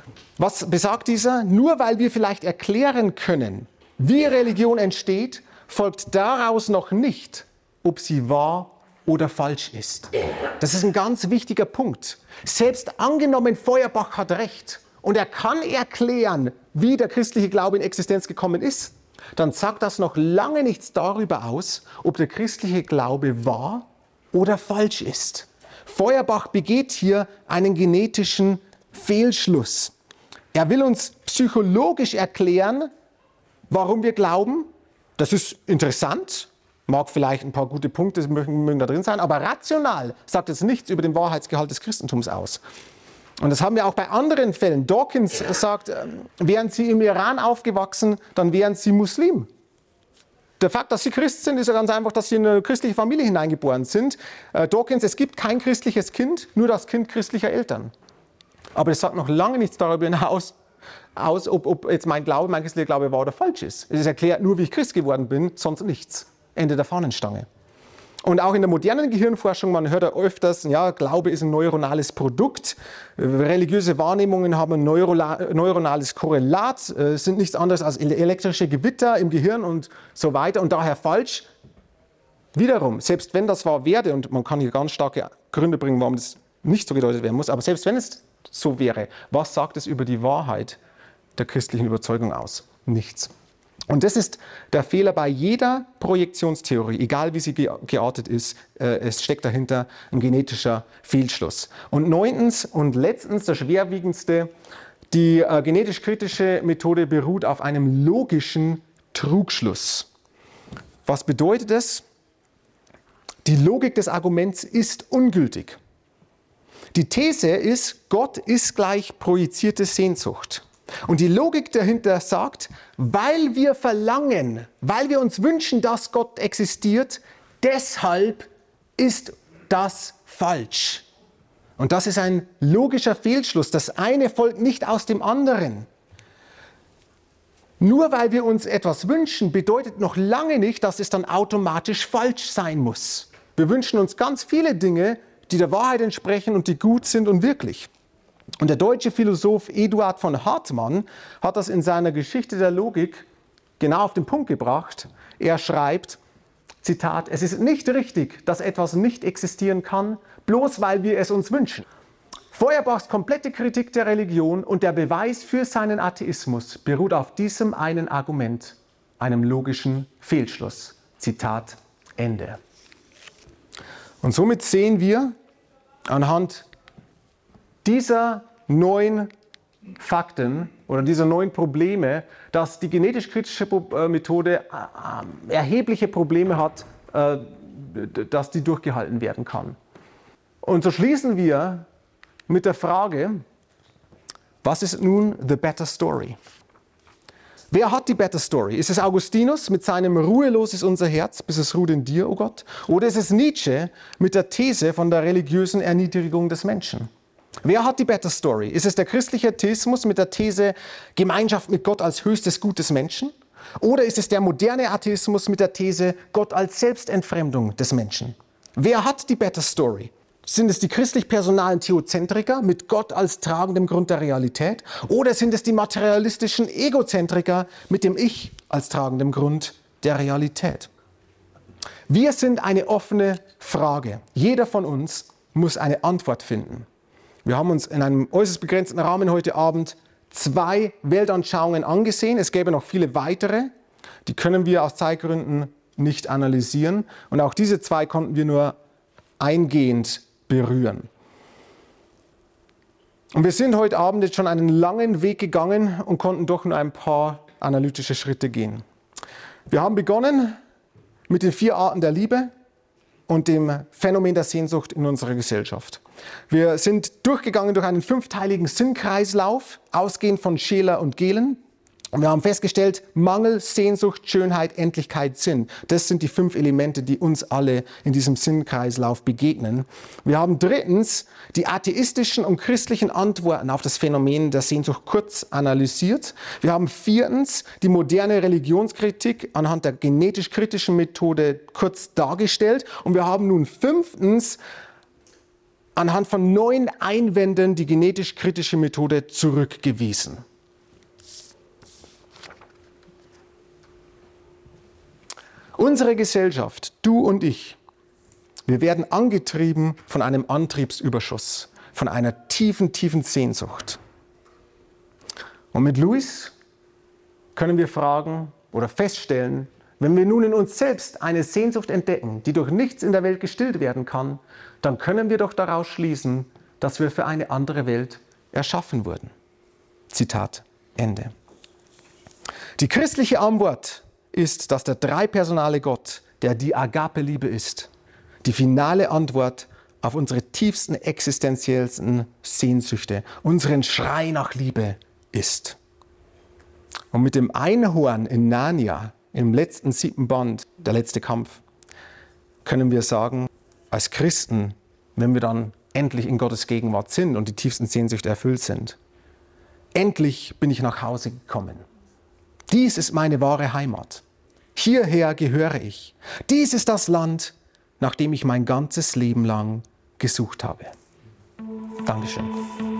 Speaker 1: was besagt dieser? Nur weil wir vielleicht erklären können, wie Religion entsteht, folgt daraus noch nicht, ob sie wahr oder falsch ist. Das ist ein ganz wichtiger Punkt. Selbst angenommen, Feuerbach hat recht und er kann erklären, wie der christliche Glaube in Existenz gekommen ist, dann sagt das noch lange nichts darüber aus, ob der christliche Glaube wahr oder falsch ist. Feuerbach begeht hier einen genetischen Fehlschluss. Er will uns psychologisch erklären, warum wir glauben. Das ist interessant. Mag vielleicht ein paar gute Punkte mögen, mögen da drin sein, aber rational sagt es nichts über den Wahrheitsgehalt des Christentums aus. Und das haben wir auch bei anderen Fällen. Dawkins sagt, wären Sie im Iran aufgewachsen, dann wären Sie Muslim. Der Fakt, dass Sie Christ sind, ist ja ganz einfach, dass Sie in eine christliche Familie hineingeboren sind. Dawkins, es gibt kein christliches Kind, nur das Kind christlicher Eltern. Aber das sagt noch lange nichts darüber hinaus, aus, ob, ob jetzt mein Glaube, mein christlicher Glaube wahr oder falsch ist. Es erklärt nur, wie ich Christ geworden bin, sonst nichts. Ende der Fahnenstange. Und auch in der modernen Gehirnforschung, man hört ja öfters, ja, Glaube ist ein neuronales Produkt, religiöse Wahrnehmungen haben ein neuronales Korrelat, sind nichts anderes als elektrische Gewitter im Gehirn und so weiter und daher falsch. Wiederum, selbst wenn das wahr wäre, und man kann hier ganz starke Gründe bringen, warum das nicht so gedeutet werden muss, aber selbst wenn es so wäre, was sagt es über die Wahrheit der christlichen Überzeugung aus? Nichts. Und das ist der Fehler bei jeder Projektionstheorie, egal wie sie geartet ist, äh, es steckt dahinter ein genetischer Fehlschluss. Und neuntens und letztens, der schwerwiegendste, die äh, genetisch-kritische Methode beruht auf einem logischen Trugschluss. Was bedeutet das? Die Logik des Arguments ist ungültig. Die These ist, Gott ist gleich projizierte Sehnsucht. Und die Logik dahinter sagt, weil wir verlangen, weil wir uns wünschen, dass Gott existiert, deshalb ist das falsch. Und das ist ein logischer Fehlschluss. Das eine folgt nicht aus dem anderen. Nur weil wir uns etwas wünschen, bedeutet noch lange nicht, dass es dann automatisch falsch sein muss. Wir wünschen uns ganz viele Dinge, die der Wahrheit entsprechen und die gut sind und wirklich. Und der deutsche Philosoph Eduard von Hartmann hat das in seiner Geschichte der Logik genau auf den Punkt gebracht. Er schreibt, Zitat, es ist nicht richtig, dass etwas nicht existieren kann, bloß weil wir es uns wünschen. Feuerbachs komplette Kritik der Religion und der Beweis für seinen Atheismus beruht auf diesem einen Argument, einem logischen Fehlschluss. Zitat Ende. Und somit sehen wir anhand dieser neun Fakten oder dieser neun Probleme, dass die genetisch-kritische Methode erhebliche Probleme hat, dass die durchgehalten werden kann. Und so schließen wir mit der Frage, was ist nun the better story? Wer hat die better story? Ist es Augustinus mit seinem Ruhelos ist unser Herz, bis es ruht in dir, o Gott? Oder ist es Nietzsche mit der These von der religiösen Erniedrigung des Menschen? Wer hat die better story? Ist es der christliche Atheismus mit der These Gemeinschaft mit Gott als höchstes Gut des Menschen? Oder ist es der moderne Atheismus mit der These Gott als Selbstentfremdung des Menschen? Wer hat die Better Story? Sind es die christlich-personalen Theozentriker mit Gott als tragendem Grund der Realität? Oder sind es die materialistischen Egozentriker mit dem Ich als tragendem Grund der Realität? Wir sind eine offene Frage. Jeder von uns muss eine Antwort finden. Wir haben uns in einem äußerst begrenzten Rahmen heute Abend zwei Weltanschauungen angesehen. Es gäbe noch viele weitere. Die können wir aus Zeitgründen nicht analysieren. Und auch diese zwei konnten wir nur eingehend berühren. Und wir sind heute Abend jetzt schon einen langen Weg gegangen und konnten doch nur ein paar analytische Schritte gehen. Wir haben begonnen mit den vier Arten der Liebe und dem Phänomen der Sehnsucht in unserer Gesellschaft. Wir sind durchgegangen durch einen fünfteiligen Sinnkreislauf, ausgehend von Scheler und Gehlen. Und wir haben festgestellt, Mangel, Sehnsucht, Schönheit, Endlichkeit, Sinn. Das sind die fünf Elemente, die uns alle in diesem Sinnkreislauf begegnen. Wir haben drittens die atheistischen und christlichen Antworten auf das Phänomen der Sehnsucht kurz analysiert. Wir haben viertens die moderne Religionskritik anhand der genetisch-kritischen Methode kurz dargestellt. Und wir haben nun fünftens anhand von neun Einwänden die genetisch-kritische Methode zurückgewiesen. Unsere Gesellschaft, du und ich, wir werden angetrieben von einem Antriebsüberschuss, von einer tiefen, tiefen Sehnsucht. Und mit Lewis können wir fragen oder feststellen, wenn wir nun in uns selbst eine Sehnsucht entdecken, die durch nichts in der Welt gestillt werden kann, dann können wir doch daraus schließen, dass wir für eine andere Welt erschaffen wurden. Zitat Ende. Die christliche Antwort ist, dass der dreipersonale Gott, der die Agape-Liebe ist, die finale Antwort auf unsere tiefsten existenziellsten Sehnsüchte, unseren Schrei nach Liebe ist. Und mit dem Einhorn in Narnia, im letzten siebten Band, der letzte Kampf, können wir sagen, als Christen, wenn wir dann endlich in Gottes Gegenwart sind und die tiefsten Sehnsüchte erfüllt sind, endlich bin ich nach Hause gekommen. Dies ist meine wahre Heimat. Hierher gehöre ich. Dies ist das Land, nach dem ich mein ganzes Leben lang gesucht habe. Dankeschön.